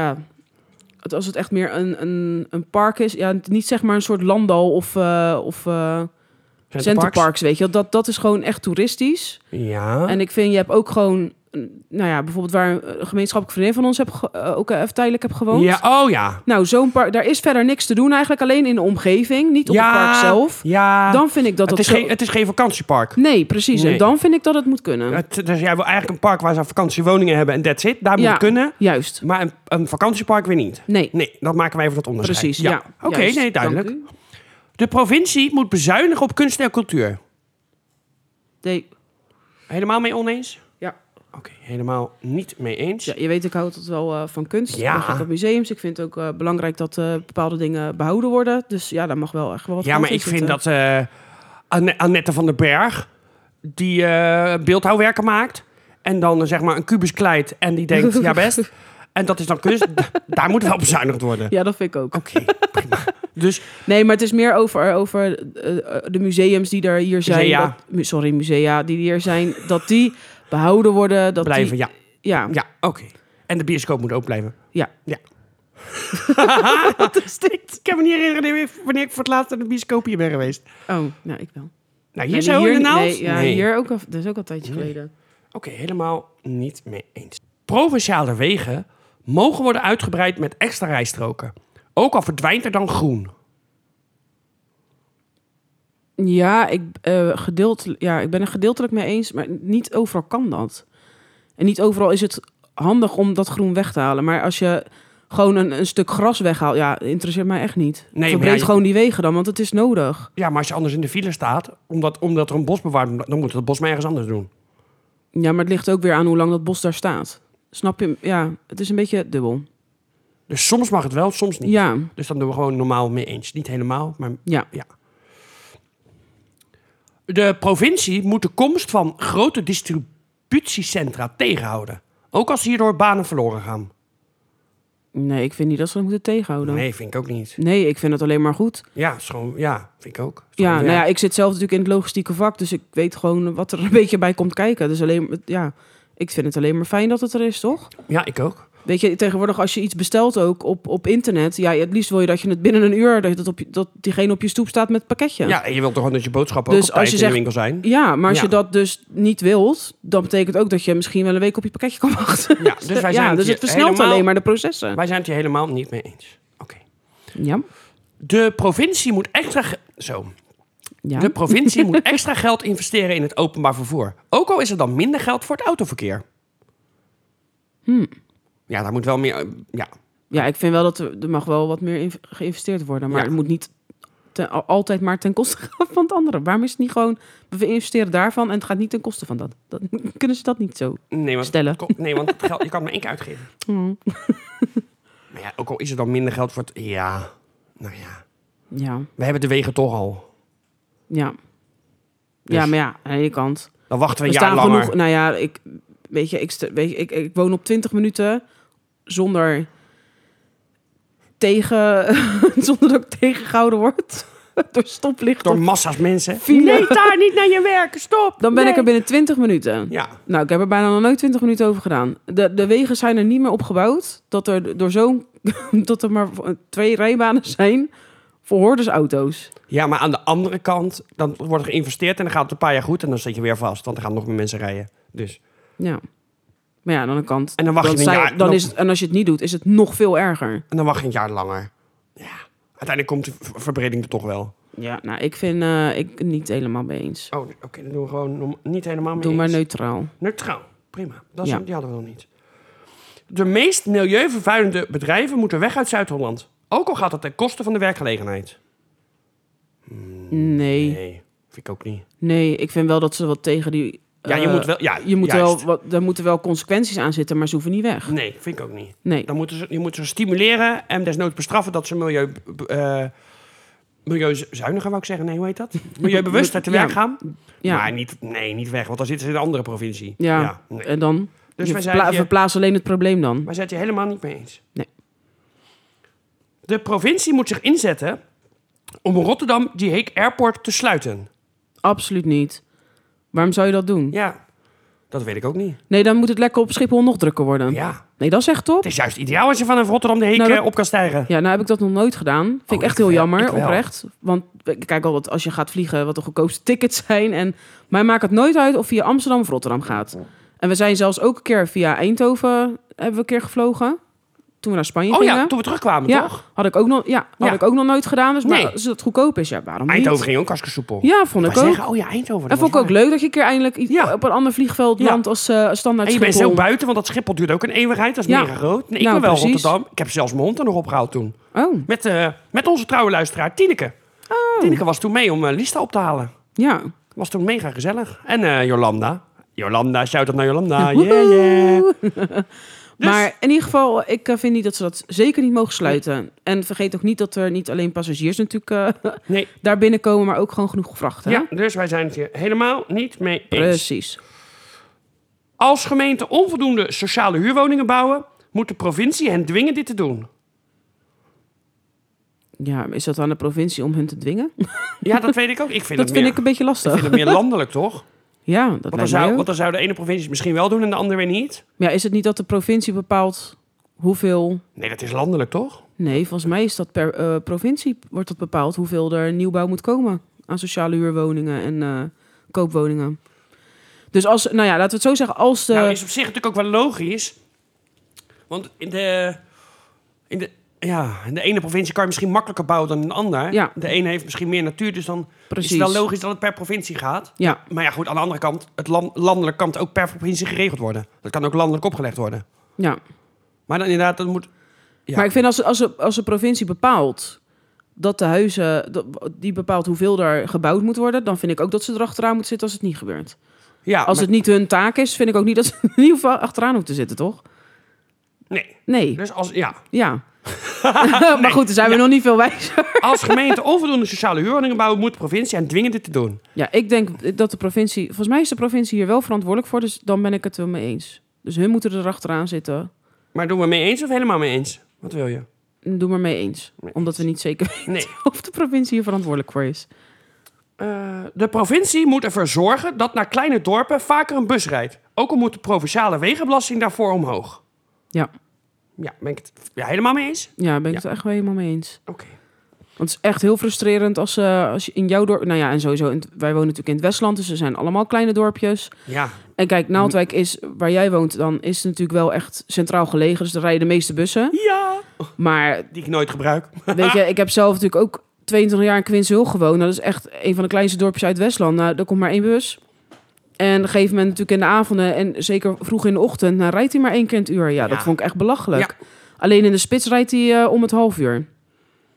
het echt meer een park is. Ja, niet zeg maar een soort landal of centerparks, weet je. Dat is gewoon echt toeristisch. Ja. En ik vind, je hebt ook gewoon... Nou ja, bijvoorbeeld waar een gemeenschappelijk vriendin van ons ook even tijdelijk heb gewoond. Ja, oh ja. Nou, zo'n park, daar is verder niks te doen eigenlijk. Alleen in de omgeving, niet op het park zelf. Ja. Dan vind ik dat Het is geen vakantiepark. Nee, precies. Nee. En dan vind ik dat het moet kunnen. Dus jij wil eigenlijk een park waar ze vakantiewoningen hebben en that's it. Daar moet het kunnen. Juist. Maar een vakantiepark weer niet. Nee. Nee, dat maken wij even dat onderscheid. Precies, ja. Oké, Juist. nee, duidelijk. Dank u. De provincie moet bezuinigen op kunst en cultuur. Nee. Helemaal mee oneens? Ja. Oké, helemaal niet mee eens. Ja, je weet, ik hou altijd wel van kunst. Ja. Ik ga op museums. Ik vind het ook belangrijk dat bepaalde dingen behouden worden. Dus ja, daar mag wel echt wel wat Ja, geld maar in ik vind zitten. dat Annette van den Berg, die beeldhouwwerken maakt, en dan zeg maar een kubus kleit en die denkt, ja best, en dat is dan kunst, daar moet wel bezuinigd worden. Ja, dat vind ik ook. Oké, prima. Dus Nee, maar het is meer over de museums die er hier zijn. Musea. Musea die hier zijn. Dat die behouden worden. Dat blijven, die, ja. Ja. Ja, oké. En de bioscoop moet ook blijven. Ja. Ja. Wat is dit? Ik kan me niet herinneren wanneer ik voor het laatst in de bioscoop hier ben geweest. Oh, nou, ik wel. Nou, hier Nee, zo in de naald? Nee, ja, hier ook. Dat is ook al een tijdje geleden. Oké, helemaal niet mee eens. Provinciale wegen mogen worden uitgebreid met extra rijstroken. Ook al verdwijnt er dan groen. Ja, ik ben er gedeeltelijk mee eens. Maar niet overal kan dat. En niet overal is het handig om dat groen weg te halen. Maar als je gewoon een stuk gras weghaalt... Ja, interesseert mij echt niet. Nee, Verbreed maar ja, gewoon die wegen dan, want het is nodig. Ja, maar als je anders in de file staat, omdat er een bos bewaard wordt, dan moet het bos maar ergens anders doen. Ja, maar het ligt ook weer aan hoe lang dat bos daar staat. Snap je? Ja, het is een beetje dubbel. Dus soms mag het wel, soms niet. Ja, Dus dan doen we gewoon normaal mee eens. Niet helemaal, maar ja. ja. De provincie moet de komst van grote distributiecentra tegenhouden. Ook als hierdoor banen verloren gaan. Nee, ik vind niet dat ze dat moeten tegenhouden. Nee, vind ik ook niet. Nee, ik vind het alleen maar goed. Ja, is gewoon, ja, vind ik ook. Is Ja, gewoon, nou ja, ik zit zelf natuurlijk in het logistieke vak, dus ik weet gewoon wat er een beetje bij komt kijken. Dus alleen, ja, ik vind het alleen maar fijn dat het er is, toch? Ja, ik ook. Weet je, tegenwoordig als je iets bestelt ook op internet, ja, het liefst wil je dat je het binnen een uur, dat diegene op je stoep staat met het pakketje. Ja, en je wilt toch gewoon dat je boodschappen Dus ook op als tijd je in de zegt- winkel zijn? Ja, maar als Ja. je dat dus niet wilt, dan betekent ook dat je misschien wel een week op je pakketje kan wachten. Ja, dus wij zijn ja, het dus hier het versnelt helemaal- alleen maar de processen. Wij zijn het hier helemaal niet mee eens. Oké. Ja. De provincie moet Ja. De provincie moet extra geld investeren in het openbaar vervoer. Ook al is er dan minder geld voor het autoverkeer. Ja, daar moet wel meer... ja. Ja, ik vind wel dat er mag wel wat meer geïnvesteerd worden, maar Ja. het moet niet altijd maar ten koste gaat van het andere? Waarom is het niet gewoon, we investeren daarvan en het gaat niet ten koste van dat? Kunnen ze dat niet zo stellen? Want het geld, je kan het maar 1 keer uitgeven. Mm. Maar ja, ook al is er dan minder geld voor het... Ja, nou ja. Ja. We hebben de wegen toch al. Ja. Dus- Ja, maar ja, aan de ene kant. Dan wachten we Er een jaar staan langer. genoeg... Nou ja, ik woon op 20 minuten zonder zonder dat ik tegengehouden word door stoplichten. Door massa's mensen. File. Nee, daar niet naar je werk. Stop. Dan ben Nee. ik er binnen 20 minuten. Ja. Nou, ik heb er bijna nog nooit 20 minuten over gedaan. De wegen zijn er niet meer opgebouwd dat er dat er maar 2 rijbanen zijn voor hordersauto's. Ja, maar aan de andere kant, dan wordt er geïnvesteerd en dan gaat het een paar jaar goed en dan zit je weer vast, want er gaan nog meer mensen rijden. Dus. Ja. Maar ja, aan de andere kant. En dan wacht je een jaar. Dan is het, en als je het niet doet, is het nog veel erger. En dan wacht je een jaar langer. Ja. Uiteindelijk komt de verbreding er toch wel. Ja, nou, ik vind ik niet helemaal mee eens. Oh, oké, dan doen we gewoon niet helemaal mee Doe eens. maar neutraal. Neutraal, prima. Dat is, Ja. Die hadden we nog niet. De meest milieuvervuilende bedrijven moeten weg uit Zuid-Holland. Ook al gaat dat ten koste van de werkgelegenheid. Nee. Nee, vind ik ook niet. Nee, ik vind wel dat ze wat tegen die... Ja, je moet wel... Ja, je moet juist. er moeten wel consequenties aan zitten, maar ze hoeven niet weg. Nee, vind ik ook niet. Nee. Dan je moet ze stimuleren en desnoods bestraffen dat ze milieuzuiniger, wou ik zeggen. Nee, hoe heet dat? Milieubewust uit de Ja. werk gaan. Ja. Maar niet weg, want dan zitten ze in een andere provincie. Ja, nee. en dan? Dus Je wij zijn hier- verplaatst alleen het probleem dan. Wij zijn het hier helemaal niet mee eens. Nee. De provincie moet zich inzetten om Rotterdam The Hague Airport te sluiten. Absoluut niet. Waarom zou je dat doen? Ja, dat weet ik ook niet. Nee, dan moet het lekker op Schiphol nog drukker worden. Ja, Nee, dat is echt top. het is juist ideaal als je vanaf Rotterdam The Hague Nou, dat- op kan stijgen. Ja, nou heb ik dat nog nooit gedaan. Vind ik Oh, echt ik heel wel. jammer, Ik wel. oprecht. Want kijk al wat als je gaat vliegen, wat de goedkoopste tickets zijn. En mij maakt het nooit uit of via Amsterdam of Rotterdam gaat. En we zijn zelfs ook een keer via Eindhoven hebben we een keer gevlogen. Toen we naar Spanje Oh gingen. ja, toen we terugkwamen, Ja, toch? had ik ook nog, Ja. ik ook nog nooit gedaan. Dus maar Nee. als het goedkoop is, ja, waarom Eindhoven niet? ging ook hartstikke soepel. Ja, vond ik Wij ook. zeggen, oh ja, Eindhoven. En dat vond ik was ook waar. leuk dat je een keer eindelijk Ja. op een ander vliegveld Ja. landt als standaard En je bent Schiphol. zo buiten, want dat Schiphol duurt ook een eeuwigheid. Dat is Ja. mega groot. Nee, ik Nou, ben wel precies. Rotterdam. Ik heb zelfs mijn hond er nog opgehaald toen. Oh, Met onze trouwe luisteraar, Tineke. Tineke was toen mee om Lista op te halen. ja. Was toen mega gezellig. En Jolanda. Jolanda, shout-out naar Jolanda. Yeah, yeah. Dus- Maar in ieder geval, ik vind niet dat ze dat zeker niet mogen sluiten. En vergeet ook niet dat er niet alleen passagiers natuurlijk Nee, daar binnenkomen, maar ook gewoon genoeg vrachten. hè? ja, dus wij zijn het hier helemaal niet mee eens. Precies. Als gemeente onvoldoende sociale huurwoningen bouwen, moet de provincie hen dwingen dit te doen. Ja, is dat aan de provincie om hun te dwingen? Ja, dat weet ik ook. Ik vind Dat het vind meer, ik een beetje ik lastig. vind het meer landelijk, toch? Ja, dat lijkt mij ook. Want dan zou de ene provincie het misschien wel doen en de andere weer niet. Maar ja, is het niet dat de provincie bepaalt hoeveel... Nee, dat is landelijk, toch? Nee, volgens mij is dat per provincie wordt dat bepaald hoeveel er nieuwbouw moet komen aan sociale huurwoningen en koopwoningen. Dus als, nou ja, laten we het zo zeggen, als de... Nou, is op zich natuurlijk ook wel logisch. Want in de ene provincie kan je misschien makkelijker bouwen dan in de ander. Ja. De ene heeft misschien meer natuur, dus dan Precies. is het wel logisch dat het per provincie gaat. Ja, Maar ja, goed, aan de andere kant, het landelijk kan het ook per provincie geregeld worden. Dat kan ook landelijk opgelegd worden. ja. Maar dan inderdaad, dat moet... Ja. Maar ik vind als de provincie bepaalt dat de huizen, die bepaalt hoeveel er gebouwd moet worden, dan vind ik ook dat ze erachteraan moeten zitten als het niet gebeurt. Ja, Als maar- het niet hun taak is, vind ik ook niet dat ze er in ieder geval achteraan hoeven te zitten, toch? Nee. Nee, Dus als, ja. ja. Maar goed, dan zijn we nog niet veel wijzer. Als gemeente onvoldoende sociale huurwoningen bouwen, moet de provincie hen dwingen dit te doen. Ja, ik denk dat de provincie, volgens mij is de provincie hier wel verantwoordelijk voor, dus dan ben ik het wel mee eens. Dus hun moeten er achteraan zitten. Maar doen we mee eens of helemaal mee eens? Wat wil je? Doe maar mee eens. Mee Omdat we niet zeker weten Nee. of de provincie hier verantwoordelijk voor is. De provincie moet ervoor zorgen dat naar kleine dorpen vaker een bus rijdt. Ook al moet de provinciale wegenbelasting daarvoor omhoog. Ja, Ja, ben ik het helemaal mee eens? ja ben ik het echt wel helemaal mee eens. Oké. Want het is echt heel frustrerend als je in jouw dorp... Nou ja, en sowieso, wij wonen natuurlijk in het Westland, dus er zijn allemaal kleine dorpjes. Ja. En kijk, Naaldwijk is, waar jij woont, dan is het natuurlijk wel echt centraal gelegen. Dus daar rijden de meeste bussen. Ja. Maar Die ik nooit gebruik. weet je, ik heb zelf natuurlijk ook 22 jaar in Quinshul gewoond. Nou, dat is echt een van de kleinste dorpjes uit Westland. Nou, daar komt maar 1 bus. En op een gegeven moment natuurlijk in de avonden en zeker vroeg in de ochtend, nou, rijdt hij maar 1 keer in het uur. Ja, dat Ja. vond ik echt belachelijk. Alleen in de spits rijdt hij om het half uur.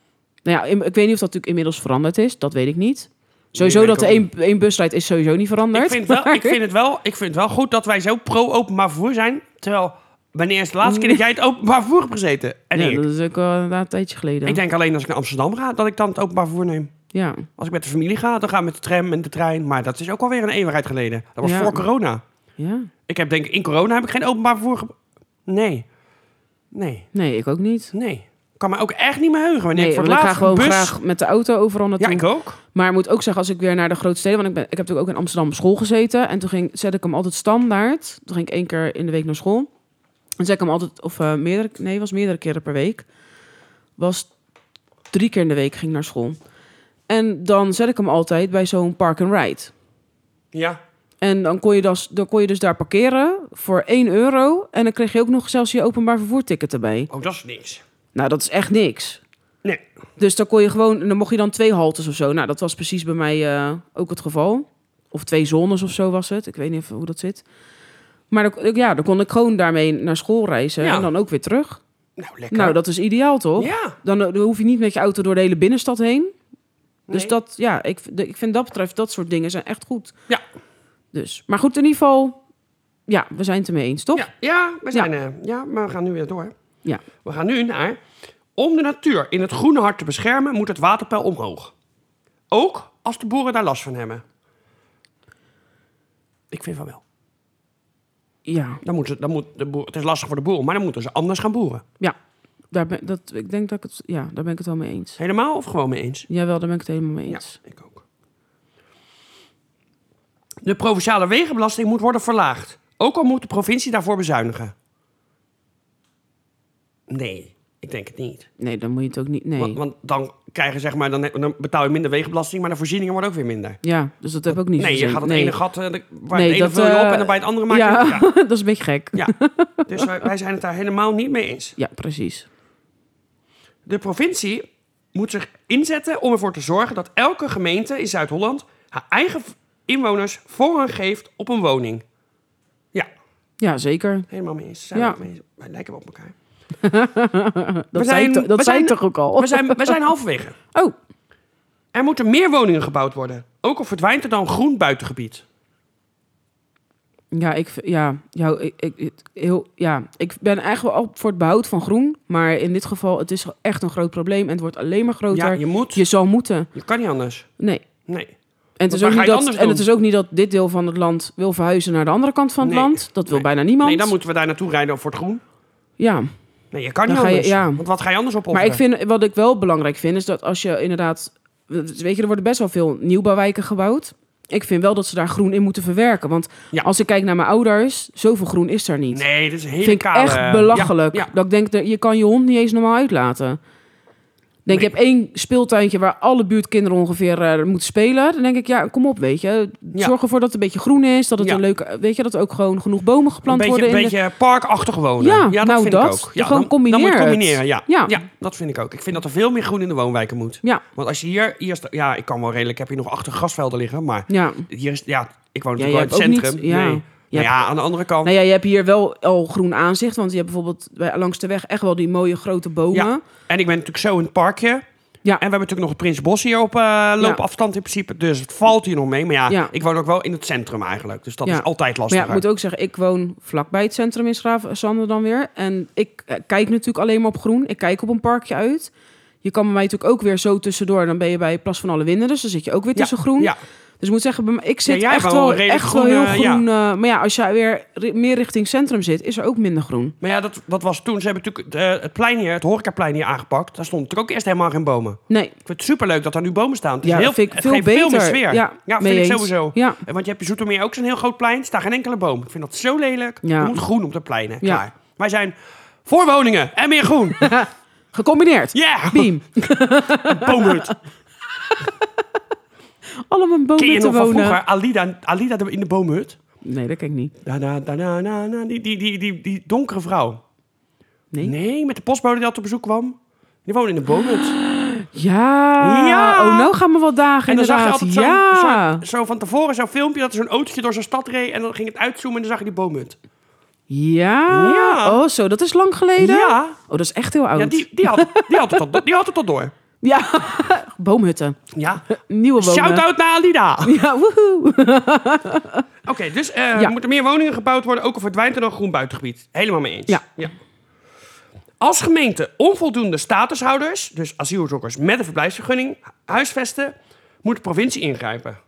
Nou ja, ik weet niet of dat natuurlijk inmiddels veranderd is. Dat weet ik niet. Sowieso weet dat ik er ook één busrijd is sowieso niet veranderd. Ik vind het wel goed dat wij zo pro-openbaar vervoer zijn. Terwijl, wanneer is de laatste keer dat jij het openbaar vervoer hebt gezeten? En Ja, ik? dat is ook wel inderdaad een tijdje geleden. Ik denk alleen als ik naar Amsterdam ga, dat ik dan het openbaar vervoer neem. Ja. Als ik met de familie ga, dan ga ik met de tram en de trein. Maar dat is ook alweer een eeuwigheid geleden. Dat was Ja. voor corona. Ja. Ik heb denk ik, in corona heb ik geen openbaar vervoer Nee. Nee, ik ook niet. Ik kan me ook echt niet meer heugen. Wanneer Nee, ik voor want het ik ga laatst gewoon een bus... graag met de auto overal naartoe. Ja, ik ook. Maar ik moet ook zeggen, als ik weer naar de grote steden... Want ik heb natuurlijk ook in Amsterdam op school gezeten. En toen zette ik hem altijd standaard. Toen ging ik 1 keer in de week naar school. En zet ik hem altijd... was meerdere keren per week. Was 3 keer in de week ging ik naar school. En dan zet ik hem altijd bij zo'n park and ride. Ja. En dan kon je dus daar parkeren voor €1. En dan kreeg je ook nog zelfs je openbaar vervoerticket erbij. Oh, dat is niks. Nou, dat is echt niks. Nee. Dus dan kon je gewoon, dan mocht je dan 2 haltes of zo. Nou, dat was precies bij mij ook het geval. Of 2 zones of zo was het. Ik weet niet even hoe dat zit. Maar dan kon ik gewoon daarmee naar school reizen Ja. en dan ook weer terug. Nou, lekker. Nou, dat is ideaal, toch? Ja. Dan hoef je niet met je auto door de hele binnenstad heen. Dus Nee. dat, ja, ik vind dat betreft, dat soort dingen zijn echt goed. Ja. Dus, maar goed, in ieder geval, ja, we zijn het ermee eens, toch? Ja, we zijn maar we gaan nu weer door. Ja. We gaan nu naar... Om de natuur in het groene hart te beschermen, moet het waterpeil omhoog. Ook als de boeren daar last van hebben. Ik vind van wel. Ja, Het is lastig voor de boeren, maar dan moeten ze anders gaan boeren. ja. Ik denk dat daar ben ik het wel mee eens. Helemaal of gewoon mee eens? Jawel, daar ben ik het helemaal mee Ja, eens. ik ook. De provinciale wegenbelasting moet worden verlaagd. Ook al moet de provincie daarvoor bezuinigen. Nee, ik denk het niet. Nee, dan moet je het ook niet, nee. Want dan krijgen zeg maar, dan betaal je minder wegenbelasting, maar de voorzieningen worden ook weer minder. Ja, dus dat heb ik ook niet Nee, je gezien. gaat het Nee. ene gat, waar Nee, het ene dat, vul je op en dan bij het andere maak je... Ja, Ja. dat is een beetje gek. Ja. Dus wij zijn het daar helemaal niet mee eens. Ja, precies. De provincie moet zich inzetten om ervoor te zorgen dat elke gemeente in Zuid-Holland haar eigen inwoners voorrang geeft op een woning. Ja, Ja, zeker. helemaal mee eens. Zijn Ja. we het mee eens? Wij lijken wel op elkaar. Dat zijn- zei we zijn- ik toch ook al? We zijn halverwege. Oh, Er moeten meer woningen gebouwd worden. Ook al verdwijnt er dan groen buitengebied. ja, ik ben eigenlijk wel voor het behoud van groen. Maar in dit geval, het is echt een groot probleem. En het wordt alleen maar groter. Ja, Je zal moeten. Je kan niet anders. Nee. Nee. En het, is waar ook ga niet je het dat, anders en het doen? is ook niet dat dit deel van het land wil verhuizen naar de andere kant van het Nee. land. Dat wil Nee. bijna niemand. Nee, dan moeten we daar naartoe rijden voor het groen. Ja, Nee, je kan niet Dan ga je- anders. ja. Want wat ga je anders opofferen? maar ik vind, wat ik wel belangrijk vind, is dat als je inderdaad... Weet je, er worden best wel veel nieuwbouwwijken gebouwd. Ik vind wel dat ze daar groen in moeten verwerken. Want Ja. als ik kijk naar mijn ouders, zoveel groen is er niet. Nee, dit is een hele vind ik kale... echt belachelijk. Ja, ja. Dat ik denk, je kan je hond niet eens normaal uitlaten. Denk, Nee. je hebt 1 speeltuintje waar alle buurtkinderen ongeveer moeten spelen. Dan denk ik, ja, kom op, weet je. Ja. Zorg ervoor dat het een beetje groen is. Dat het Ja. een leuke, weet je, dat er ook gewoon genoeg bomen geplant Een worden. beetje parkachtig wonen. Ja, dat nou vind dat. ik ook. Ja, Gewoon dan combineer moet je het. combineren, ja. Ja. Ja, dat vind ik ook. Ik vind dat er veel meer groen in de woonwijken moet. Ja, Want als je ja, ik kan wel redelijk, ik heb hier nog 8 grasvelden liggen, maar ja. hier is, ja, ik woon Ja, natuurlijk je wel in het hebt ook centrum. niet- ja. Nee. Je Nou ja, aan de andere kant. Nou ja, je hebt hier wel al groen aanzicht. Want je hebt bijvoorbeeld langs de weg echt wel die mooie grote bomen. Ja. En ik ben natuurlijk zo in het parkje. Ja. En we hebben natuurlijk nog het Prinsbos hier op loopafstand in principe. Dus het valt hier nog mee. Maar ja, Ja. ik woon ook wel in het centrum eigenlijk. Dus dat Ja. is altijd Maar lastig. ja, ik moet ook zeggen, ik woon vlakbij het centrum in Schraven-Sander dan weer. En ik kijk natuurlijk alleen maar op groen. Ik kijk op een parkje uit. Je kan bij mij natuurlijk ook weer zo tussendoor. Dan ben je bij Plas van Alle Winden. Dus dan zit je ook weer tussen groen. Ja. Dus ik moet zeggen, ik zit jij echt hebt wel, wel redelijk echt wel heel groen, groen. Maar ja, als je weer meer richting centrum zit, is er ook minder groen. Maar ja, dat was toen. Ze hebben natuurlijk het plein hier, het horecaplein hier aangepakt. Daar stond natuurlijk ook eerst helemaal geen bomen. Nee, Ik vind het superleuk dat er nu bomen staan. Het is ja, heel, vind ik het veel geeft beter. veel meer sfeer. Ja, vind mee ik eens. sowieso. Ja, Want je hebt in Zoetermeer ook zo'n heel groot plein. Er staat geen enkele boom. Ik vind dat zo lelijk. Ja. Er moet groen op de pleinen. Ja. Klaar. Wij zijn voor woningen en meer groen. gecombineerd. Ja! Beam. Boomhut. Allemaal Ken je bomen te nog van wonen. vroeger Alida in de boomhut? Nee, dat ken ik niet. Die donkere vrouw. Nee? Nee, met de postbode die altijd op bezoek kwam. Die woonde in de boomhut. Ja. Ja. Oh, nou gaan we wat dagen En dan zag je inderdaad. altijd Ja. zo van tevoren zo'n filmpje dat er zo'n autootje door zo'n stad reed en dan ging het uitzoomen en dan zag je die boomhut. Ja. Ja. Oh, zo. Dat is lang geleden? Ja, Oh, dat is echt heel oud. ja die had het al door. Ja, boomhutten. Ja. Nieuwe woningen. Shout-out naar Alida. Ja, woehoe. Oké, dus moeten meer woningen gebouwd worden, ook al verdwijnt er nog groen buitengebied. Helemaal mee eens. Ja. Als gemeente onvoldoende statushouders, dus asielzoekers met een verblijfsvergunning, huisvesten, moet de provincie ingrijpen.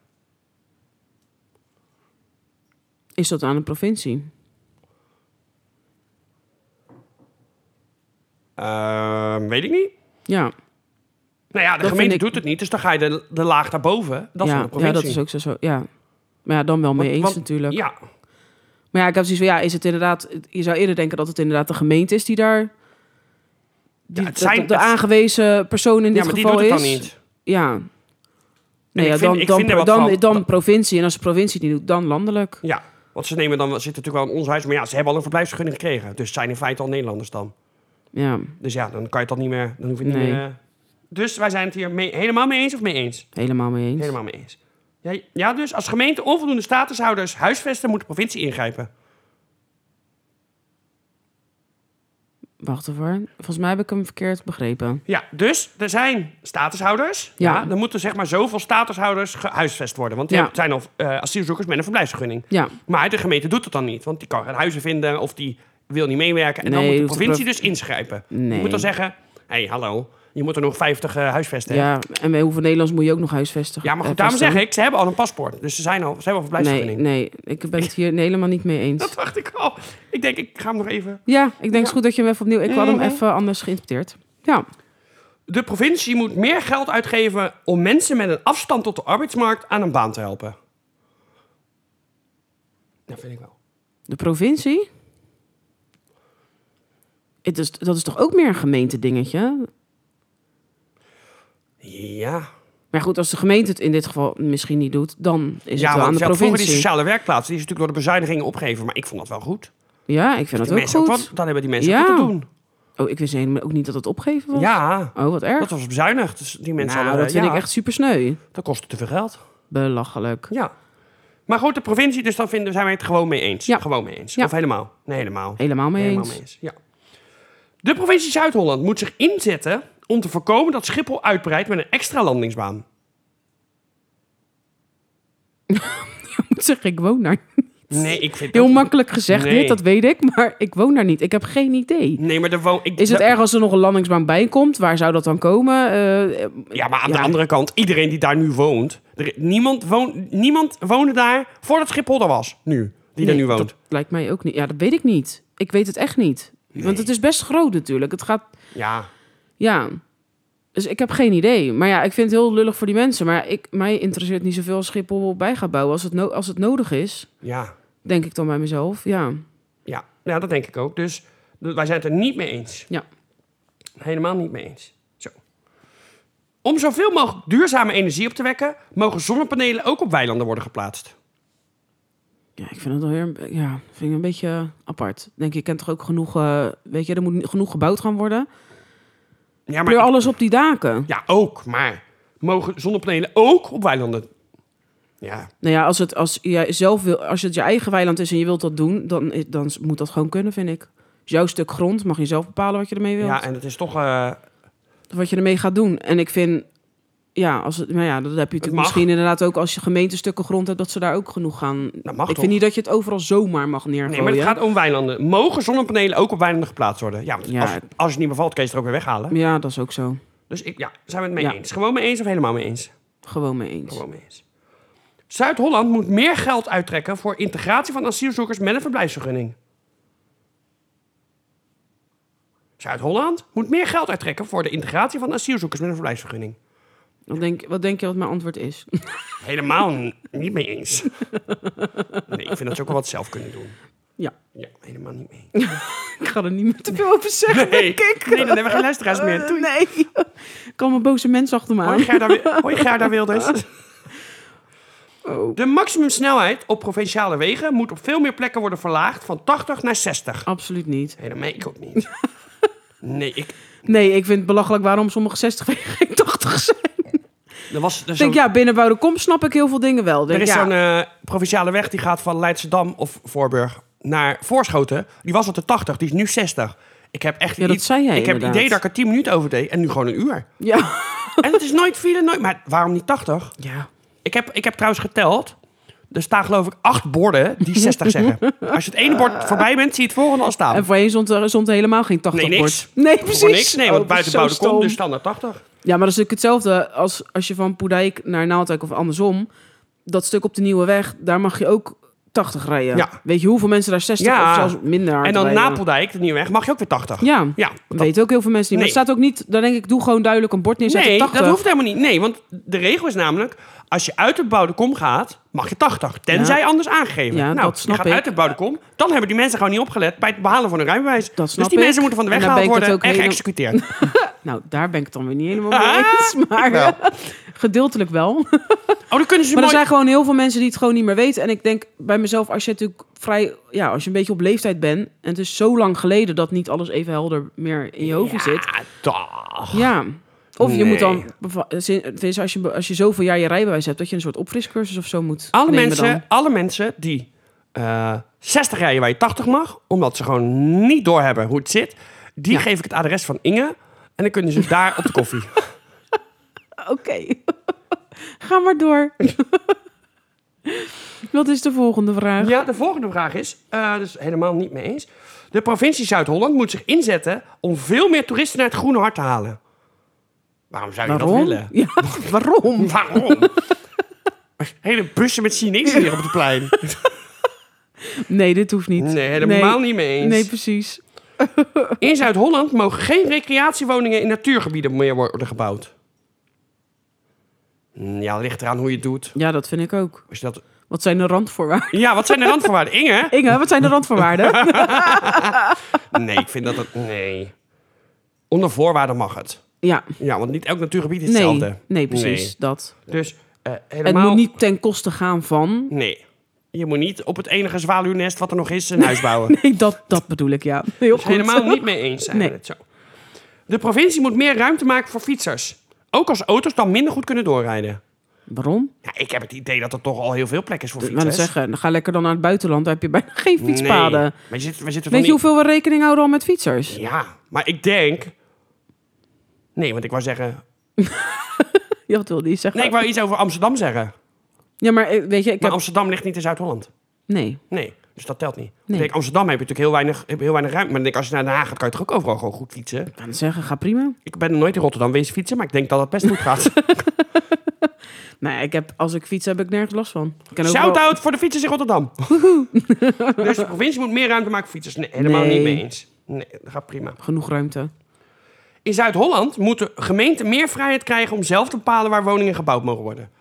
Is dat aan de provincie? Weet ik niet. Ja. Nou ja, de Dat gemeente vind ik- doet het niet, dus dan ga je de laag daarboven. Dat is van de provincie. Ja, dat is ook zo. Ja. Maar ja, dan wel mee eens Want- natuurlijk. Ja, Maar ja, ik heb zoiets van, is het inderdaad... Je zou eerder denken dat het inderdaad de gemeente is die daar... het zijn- de aangewezen persoon in dit maar die geval doet het is. dan niet. Ja. Nee, ik ja, vind- ik vind er wat van. dan provincie. En als de provincie die doet, dan landelijk. Ja, want ze nemen dan, zitten natuurlijk wel in ons huis, maar ja, ze hebben al een verblijfsvergunning gekregen. Dus het zijn in feite al Nederlanders dan. Ja, Dus ja, dan kan je het dan niet meer, dan hoef je het Nee. niet meer... Dus wij zijn het hier helemaal mee eens of mee eens? helemaal mee eens. Helemaal mee eens. Ja, dus als gemeente onvoldoende statushouders huisvesten, moet de provincie ingrijpen. Wacht even. Volgens mij heb ik hem verkeerd begrepen. Ja, dus er zijn statushouders. Ja. Ja. Dan moeten zeg maar zoveel statushouders gehuisvest worden. Want die Ja. zijn al asielzoekers met een verblijfsvergunning. Ja, Maar de gemeente doet het dan niet. Want die kan geen huizen vinden of die wil niet meewerken. En dan Nee, moet de hoeft de provincie prov- dus inschrijven. Nee. Je moet dan zeggen, hé, hallo, je moet er nog 50 huisvesten. ja. En bij hoeveel Nederlands moet je ook nog huisvesten? Ja, maar goed, daarom zeg ik, ze hebben al een paspoort. Dus ze hebben al een Nee, verblijfsvergunning. nee. Ik ben het hier helemaal niet mee eens. Dat dacht ik al. Ik denk, ik ga hem nog even... Ja, ik denk het is goed dat je hem even opnieuw... Ik had hem even anders geïnterpreteerd. Ja. De provincie moet meer geld uitgeven om mensen met een afstand tot de arbeidsmarkt aan een baan te helpen. Dat vind ik wel. De provincie? Dat is toch ook meer een gemeentedingetje? Ja. Maar goed, als de gemeente het in dit geval misschien niet doet, dan is het wel aan want de je had vroeger die provincie. sociale werkplaatsen, die is natuurlijk door de bezuinigingen opgegeven. Maar ik vond dat wel goed. Ja, ik vind Die dat ook mensen goed. wat, dan hebben die mensen Ja. ook wat te doen. Oh, ik wist helemaal ook niet dat het opgegeven was. Ja, Oh, wat erg. dat was bezuinigd. Dus die mensen Nou, hadden, dat vind ik echt super sneu. Dat kostte te veel geld. Belachelijk. Ja. Maar goed, de provincie, dus dan zijn wij het gewoon mee eens. Ja. Gewoon mee eens. Ja. Of helemaal? Nee, helemaal. Helemaal mee Helemaal eens. mee eens. Ja. De provincie Zuid-Holland moet zich inzetten om te voorkomen dat Schiphol uitbreidt met een extra landingsbaan. Ik zeg, ik woon daar. Nee, ik vind Heel dat... makkelijk gezegd Nee. dit, dat weet ik. Maar ik woon daar niet. Ik heb geen idee. Nee, maar Is het erg als er nog een landingsbaan bij komt? Waar zou dat dan komen? Ja, maar aan de andere kant, iedereen die daar nu woont... Niemand woonde daar voordat Schiphol er was, nu. Die daar nu woont. Dat lijkt mij ook niet. Ja, dat weet ik niet. Ik weet het echt niet. Want het is best groot natuurlijk. Het gaat... Ja. Ja. Dus ik heb geen idee. Maar ja, ik vind het heel lullig voor die mensen. Maar mij interesseert niet zoveel als Schiphol bij gaat bouwen. Als het nodig is, Ja. denk ik dan bij mezelf. Ja. Ja, dat denk ik ook. Dus wij zijn het er niet mee eens. Ja. Helemaal niet mee eens. Zo. Om zoveel mogelijk duurzame energie op te wekken... mogen zonnepanelen ook op weilanden worden geplaatst. Ja, ik vind het alweer vind ik een beetje apart. Denk je kent toch ook genoeg... weet je, er moet genoeg gebouwd gaan worden. Ja, Pleur alles op die daken. Ja, ook. Maar mogen zonnepanelen ook op weilanden? Ja. Nou ja, als het je eigen weiland is en je wilt dat doen... dan moet dat gewoon kunnen, vind ik. Dus jouw stuk grond mag je zelf bepalen wat je ermee wilt. Ja, en het is toch... Wat je ermee gaat doen. En ik vind... Ja, dat heb je natuurlijk mag. misschien inderdaad ook... als je gemeentestukken grond hebt, dat ze daar ook genoeg gaan... Dat mag ik toch? vind niet dat je het overal zomaar mag neergooien. Nee, maar het gaat om weilanden. Mogen zonnepanelen ook op weilanden geplaatst worden? Ja, want Ja. als je het niet bevalt, kun je het er ook weer weghalen. Ja, dat is ook zo. Dus zijn we het mee Ja. eens? Gewoon mee eens of helemaal mee eens? Gewoon mee eens. Gewoon mee eens. Zuid-Holland moet meer geld uittrekken voor integratie van asielzoekers met een verblijfsvergunning. Zuid-Holland moet meer geld uittrekken voor de integratie van asielzoekers met een verblijfsvergunning. Wat denk je wat mijn antwoord is? Helemaal niet mee eens. Nee, ik vind dat ze ook wel wat zelf kunnen doen. Ja. Ja, helemaal niet mee eens. Ik ga er niet meer te veel over zeggen, Nee, denk ik. nee, dan hebben we geen luisteraars meer. Doei. Nee. Ik kan mijn boze mensen achter me aan. Hoi Gerda Wilders. Oh. De maximumsnelheid op provinciale wegen moet op veel meer plekken worden verlaagd van 80 naar 60. Absoluut niet. Helemaal, ik ook niet. Nee, Nee, ik vind het belachelijk waarom sommige 60 wegen geen 80 zijn. er Ik denk, ja, binnen Boudekom snap ik heel veel dingen wel. Denk, is ja, zo'n provinciale weg die gaat van Leidschendam of Voorburg naar Voorschoten. Die was op de 80, die is nu 60. Ik heb echt Ja, dat zei jij Ik heb het inderdaad. idee dat ik er 10 minuten over deed en nu gewoon een uur. ja. En het is nooit file, nooit... Maar waarom niet 80? Ja. Ik heb trouwens geteld. Er staan geloof ik 8 borden die 60 zeggen. Als je het ene bord voorbij bent, zie je het volgende al staan. En voorheen stond er helemaal geen 80 Nee, niks. bord. Nee, precies. Voor niks. Nee, want Oh, buiten zo Bouwde kom, stom. dus standaard 80. Ja, maar dat is natuurlijk hetzelfde als je van Poedijk naar Naaldwijk of andersom. Dat stuk op de Nieuwe Weg, daar mag je ook 80 rijden. Ja. Weet je hoeveel mensen daar 60 Ja. of zelfs minder hard En dan rijden? Napeldijk, de Nieuwe Weg, mag je ook weer 80. Ja, Ja, weten ook heel veel mensen niet. Maar Nee. het staat ook niet, dan denk ik, doe gewoon duidelijk een bord neerzetten, Nee, 80. dat hoeft helemaal niet. Nee, want de regel is namelijk... als je uit het Bouwde Kom gaat, mag je 80. Tenzij Ja. anders aangegeven. Ja, nou, dat snap je gaat ik. uit het Bouwde Kom... dan hebben die mensen gewoon niet opgelet... bij het behalen van hun rijbewijs. Dat dus snap die ik. mensen moeten van de weg En dan gehaald ben ik worden... het en ook geëxecuteerd. Nou, daar ben ik het dan weer niet helemaal mee eens. Maar Wel. gedeeltelijk wel. Oh, dan kunnen ze Maar er mooi... zijn gewoon heel veel mensen die het gewoon niet meer weten. En ik denk bij mezelf, als je natuurlijk als je een beetje op leeftijd bent... en het is zo lang geleden dat niet alles even helder meer in je hoofd zit. Ja, toch. Ja. Of je Nee. moet dan, als je zoveel jaar je rijbewijs hebt, dat je een soort opfriscursus of zo moet nemen dan. Alle mensen die 60 rijden waar je 80 mag... omdat ze gewoon niet doorhebben hoe het zit... die Ja. geef ik het adres van Inge... en dan kunnen ze daar op de koffie. Oké. Ga maar door. Wat is de volgende vraag? Ja, de volgende vraag is, dus helemaal niet mee eens. De provincie Zuid-Holland moet zich inzetten om veel meer toeristen naar het Groene Hart te halen. Waarom zou je dat Waarom? willen? Ja, waarom? Waarom? Hele bussen met Chinezen hier op het plein. Nee, dit hoeft niet. Nee, helemaal niet mee eens. Nee, precies. In Zuid-Holland mogen geen recreatiewoningen in natuurgebieden meer worden gebouwd. Ja, dat ligt eraan hoe je het doet. Ja, dat vind ik ook. Als je dat... Wat zijn de randvoorwaarden? Ja, wat zijn de randvoorwaarden? Inge? Inge, wat zijn de randvoorwaarden? Nee, ik vind dat het... Nee. Onder voorwaarden mag het. Ja, Ja, want niet elk natuurgebied is hetzelfde. nee, precies, dat. Dus Het moet niet ten koste gaan van... Nee. Je moet niet op het enige zwaluwnest wat er nog is een huis bouwen. Nee, dat bedoel ik, ja. Heel Dus goed. helemaal niet mee eens zijn we Nee. het zo. De provincie moet meer ruimte maken voor fietsers. Ook als auto's dan minder goed kunnen doorrijden. Waarom? Ja, ik heb het idee dat er toch al heel veel plek is voor Ik wou fietsers. net zeggen, ga lekker dan naar het buitenland. Daar heb je bijna geen fietspaden. Nee, maar we zitten Weet je hoeveel we rekening houden al met fietsers? Ja, maar ik denk... Nee, want ik wou zeggen... Ja, wat wilde je zeggen? Nee, ik wou iets over Amsterdam zeggen. Ja, maar weet je, ik Maar heb... Amsterdam ligt niet in Zuid-Holland. Nee. Nee, dus dat telt niet. Nee. Ik denk, Amsterdam heb je natuurlijk heel weinig ruimte. Maar ik denk, als je naar Den Haag gaat, kan je toch ook overal gewoon goed fietsen? Ik kan zeggen, ga prima. Ik ben nog nooit in Rotterdam wezen fietsen, maar ik denk dat het best goed gaat. Nee, als ik fiets heb ik nergens last van. Ik ken overal- Shout-out voor de fietsers in Rotterdam. Dus de provincie moet meer ruimte maken voor fietsers. Nee, helemaal Nee. niet mee eens. Nee, dat gaat prima. Genoeg ruimte. In Zuid-Holland moeten gemeenten meer vrijheid krijgen om zelf te bepalen waar woningen gebouwd mogen worden.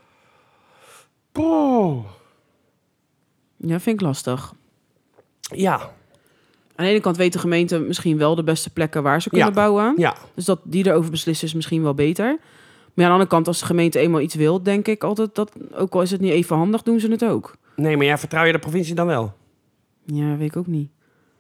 Poeh. Ja, vind ik lastig. Ja, Aan de ene kant weten gemeenten misschien wel de beste plekken waar ze kunnen Ja. bouwen. ja. Dus dat die erover beslissen is misschien wel beter. Maar aan de andere kant, als de gemeente eenmaal iets wil, denk ik altijd dat, ook al is het niet even handig, doen ze het ook. Nee, maar ja, vertrouw je de provincie dan wel? Ja, weet ik ook niet.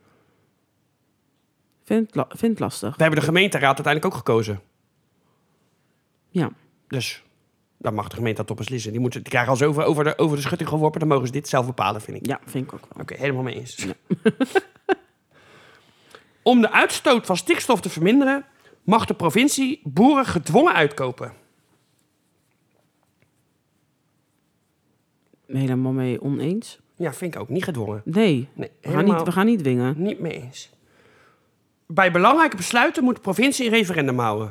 Vind het lastig. We hebben de gemeenteraad uiteindelijk ook gekozen. Ja. Dus dan mag de gemeente dat toch beslissen. Die krijgen al zoveel over de schutting geworpen, dan mogen ze dit zelf bepalen, vind ik. Ja, vind ik ook wel. Oké, helemaal mee eens. Om de uitstoot van stikstof te verminderen, mag de provincie boeren gedwongen uitkopen. Helemaal mee oneens. Ja, vind ik ook. Niet gedwongen. Nee, Nee, we gaan niet dwingen. niet mee eens. Bij belangrijke besluiten moet de provincie een referendum houden.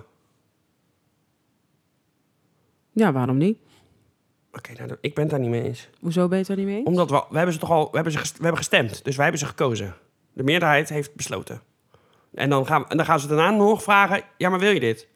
Ja, waarom niet? Oké, nou, ik ben het daar niet mee eens. Hoezo ben je het er niet mee eens? Omdat we hebben ze toch al, we hebben gestemd, dus wij hebben ze gekozen. De meerderheid heeft besloten. En dan gaan ze daarna nog vragen, ja, maar wil je dit?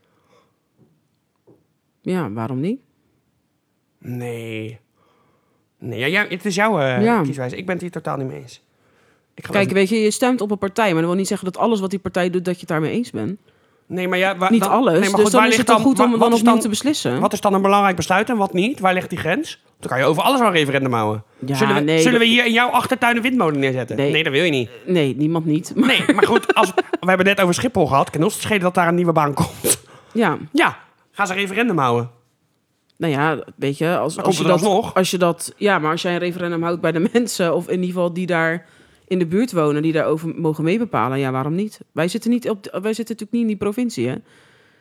Ja, waarom niet? Nee. Nee, ja, het is jouw Ja. kieswijze. Ik ben het hier totaal niet mee eens. Ik ga Kijk, wel- weet je, je stemt op een partij, maar dat wil niet zeggen dat alles wat die partij doet, dat je het daarmee eens bent. Nee, maar ja, Niet alles, nee, maar dus goed, dan waar is ligt het toch goed om wat dan is opnieuw te beslissen. Wat is dan een belangrijk besluit en wat niet? Waar ligt die grens? Dan kan je over alles wel een referendum houden. Ja, Zullen we hier in jouw achtertuin een windmolen neerzetten? Nee. Nee, dat wil je niet. Nee, niemand niet. Maar, Nee, maar goed, we hebben het net over Schiphol gehad. Kan ons schelen dat daar een nieuwe baan komt. ja, Ja, gaan ze een referendum houden. nou ja, weet je, komt het alsnog. maar als jij een referendum houdt bij de mensen, of in ieder geval die daar in de buurt wonen, die daarover mogen meebepalen, ja, waarom niet? Wij zitten natuurlijk niet in die provincie, hè?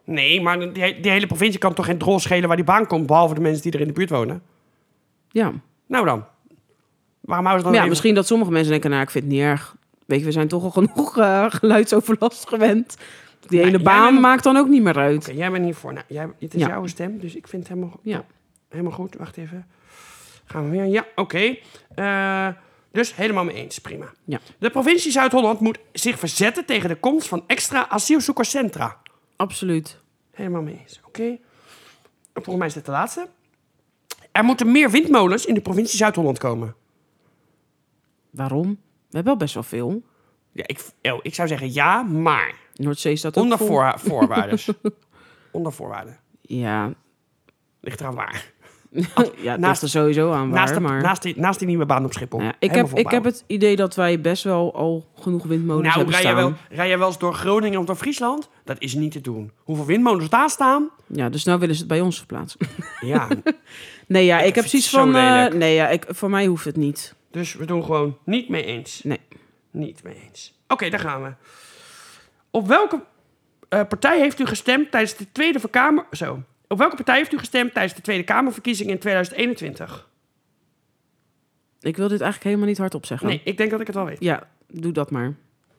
Nee, maar die hele provincie kan toch geen drol schelen waar die baan komt, behalve de mensen die er in de buurt wonen? Ja. Nou dan. Waarom houden ze dan Maar ja, even- misschien dat sommige mensen denken, nou, ik vind het niet erg. Weet je, we zijn toch al genoeg geluidsoverlast gewend. Die ene jij baan bent- maakt dan ook niet meer uit. Oké, jij bent hiervoor. Nou, het is Ja. jouw stem, dus ik vind het Ja. helemaal goed. Wacht even. Gaan we weer. Ja, oké. Dus helemaal mee eens. Prima. Ja. De provincie Zuid-Holland moet zich verzetten tegen de komst van extra asielzoekerscentra. Absoluut. Helemaal mee eens. Oké. Volgens mij is dit de laatste. Er moeten meer windmolens in de provincie Zuid-Holland komen. Waarom? We hebben al best wel veel. Ja, ik zou zeggen ja, maar Noordzee staat ook onder vol. voorwaarden. Onder voorwaarden. Ja, Ligt eraan waar. ja, naast- dat is er sowieso aan waar. maar... naast die nieuwe baan op Schiphol. Ja, Helemaal ik heb volbouwen. het idee dat wij best wel al genoeg windmolens Nou, hebben staan. rij jij wel eens door Groningen of door Friesland? Dat is niet te doen. Hoeveel windmolens daar staan? Ja, dus nou willen ze het bij ons verplaatsen. Ja, Nee, ja, ik heb vind zoiets het zo van... lelijk. nee, ja, voor mij hoeft het niet. dus we doen gewoon niet mee eens. Nee. Niet mee eens. Oké, daar gaan we. Op welke partij heeft u gestemd tijdens de Tweede Kamer... Zo. Op welke partij heeft u gestemd tijdens de Tweede Kamerverkiezingen in 2021? Ik wil dit eigenlijk helemaal niet hardop zeggen. Nee, ik denk dat ik het wel weet. Ja, doe dat maar.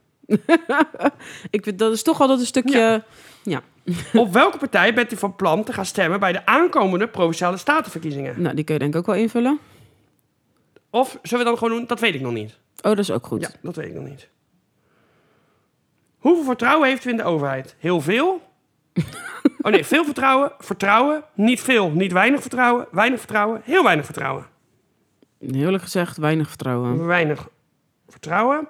Ik vind, dat is toch altijd een stukje... Ja. Ja. Op welke partij bent u van plan te gaan stemmen bij de aankomende Provinciale Statenverkiezingen? Nou, die kun je denk ik ook wel invullen. Of zullen we dan gewoon doen? Dat weet ik nog niet. Oh, dat is ook goed. Ja, dat weet ik nog niet. Hoeveel vertrouwen heeft u in de overheid? Heel veel? Oh nee, veel vertrouwen, vertrouwen, niet veel, niet weinig vertrouwen, heel weinig vertrouwen. Eerlijk gezegd, weinig vertrouwen. Weinig vertrouwen.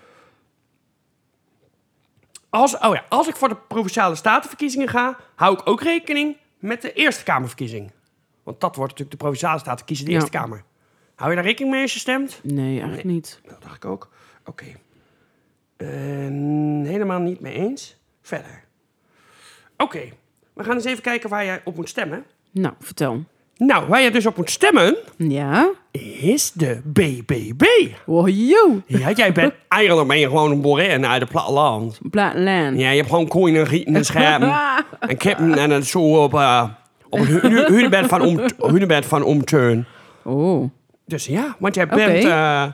Als ik voor de Provinciale Statenverkiezingen ga, hou ik ook rekening met de Eerste Kamerverkiezing. Want dat wordt natuurlijk de Provinciale Staten kiezen de Ja. Eerste Kamer. Hou je daar rekening mee als je stemt? Nee, eigenlijk niet. Dat dacht ik ook. Oké. Helemaal niet mee eens. Verder. Oké. We gaan eens even kijken waar jij op moet stemmen. Nou, vertel. Nou, waar je dus op moet stemmen, Ja? is de BBB. Wow, yo! Ja, jij bent eigenlijk ben je gewoon een boerin uit het platteland. Platland. Ja, je hebt gewoon koeien en gieten en scherpen. En kippen en het zo op een hunebed van omturn. Oh. Dus ja, want jij bent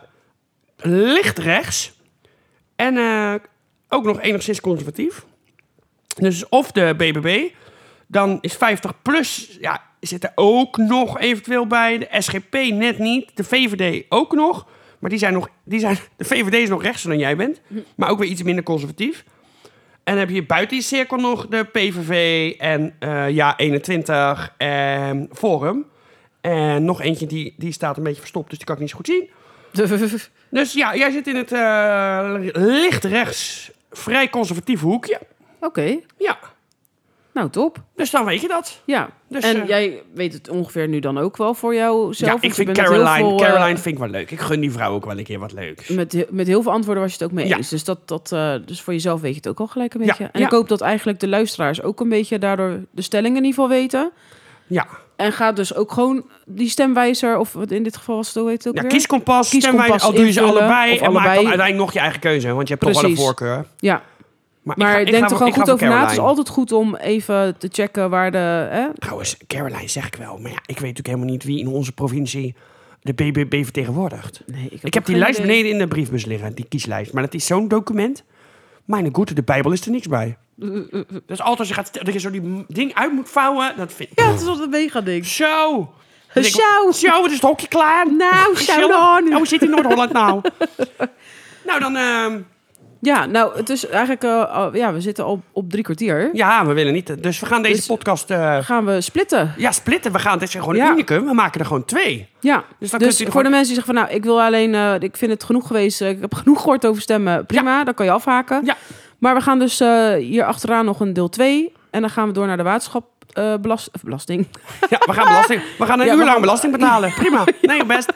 licht rechts. En ook nog enigszins conservatief. Dus of de BBB, dan is 50 plus, ja, zit er ook nog eventueel bij. De SGP net niet, de VVD ook nog. Maar de VVD is nog rechtser dan jij bent. Maar ook weer iets minder conservatief. En dan heb je buiten die cirkel nog de PVV en Ja21 en Forum. En nog eentje die staat een beetje verstopt, dus die kan ik niet zo goed zien. Dus ja, jij zit in het licht rechts, vrij conservatieve hoekje. Oké. Ja, Nou, top. dus dan weet je dat. Ja. Dus, en jij weet het ongeveer nu dan ook wel voor jouzelf? Ja, want ik je vind bent met heel Caroline veel, vind ik wel leuk. Ik gun die vrouw ook wel een keer wat leuks. met heel veel antwoorden was je het ook mee Ja. eens. Dus, dus voor jezelf weet je het ook al gelijk een Ja, beetje. En ja. ik hoop dat eigenlijk de luisteraars ook een beetje daardoor de stelling in ieder geval weten. Ja, En ga dus ook gewoon die stemwijzer, of wat in dit geval was het, hoe heet het ook ja weer? kieskompas, Kieskompas stemwijzer, al doe je ze invullen, allebei. of En maak dan allebei. uiteindelijk nog je eigen keuze. Want je hebt toch wel een Precies. voorkeur. Ja, Maar maar ik denk ga er gewoon ik ga goed voor over na. Het is Caroline. altijd goed om even te checken waar de... Hè? Trouwens, Caroline zeg ik wel. Maar ja, ik weet natuurlijk helemaal niet wie in onze provincie de BBB vertegenwoordigt. Nee, Ik heb die geen lijst idee. beneden in de briefbus liggen, die kieslijst. Maar dat is zo'n document. Mijn goede, de Bijbel is er niks bij. Dus altijd als je gaat dat je zo die ding uit moet vouwen, dat vind ik... Ja, het is altijd een mega ding. Zo! Dan denk ik, Zo! Zo, het is het hokje klaar. Nou, zo Gezellig. dan. Oh, we zitten in Noord-Holland nou. Nou, dan... Ja, nou, het is eigenlijk... we zitten al op 3 kwartier. ja, we willen niet. Dus we gaan deze Dus- podcast... Gaan we splitten. ja, splitten. We gaan, dit is gewoon een Ja. unicum. We maken er gewoon 2. Ja, Dus dan dus kunt u er voor de gewoon- mensen die zeggen van... Nou, ik wil alleen... ik vind het genoeg geweest. Ik heb genoeg gehoord over stemmen. Prima, dan kan je afhaken. Ja. Maar we gaan dus hier achteraan nog een deel 2. En dan gaan we door naar de waterschapbelasting. Ja, we gaan een Ja, uur we lang gaan- belasting betalen. Prima. Nee, best.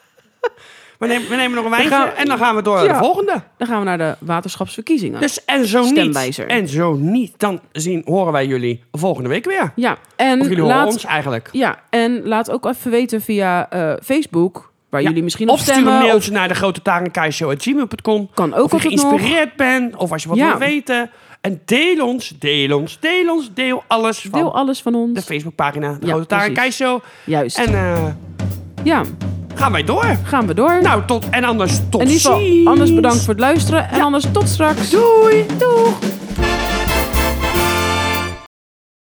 We nemen nog een wijntje gaan- en dan gaan we door naar Ja. de volgende. Dan gaan we naar de waterschapsverkiezingen. Dus en zo niet. Stemwijzer. En zo niet. Dan horen wij jullie volgende week weer. Ja, en Of jullie horen ons eigenlijk. Ja, en laat ook even weten via Facebook... waar Ja, jullie misschien op of stuur een stemmen. mailtje naar de grote tarenkaishow@gmail.com. Kan ook Of je altijd nog. geïnspireerd bent. Of als je wat Ja. wil weten. En deel alles van Deel alles van ons. de Facebookpagina. De Ja, Grote Tara en precies. Kees Show. Juist. En ja, gaan wij door. gaan we door. Nou, anders tot In ieder geval, ziens. anders bedankt voor het luisteren. En anders tot straks. Doei. Doeg.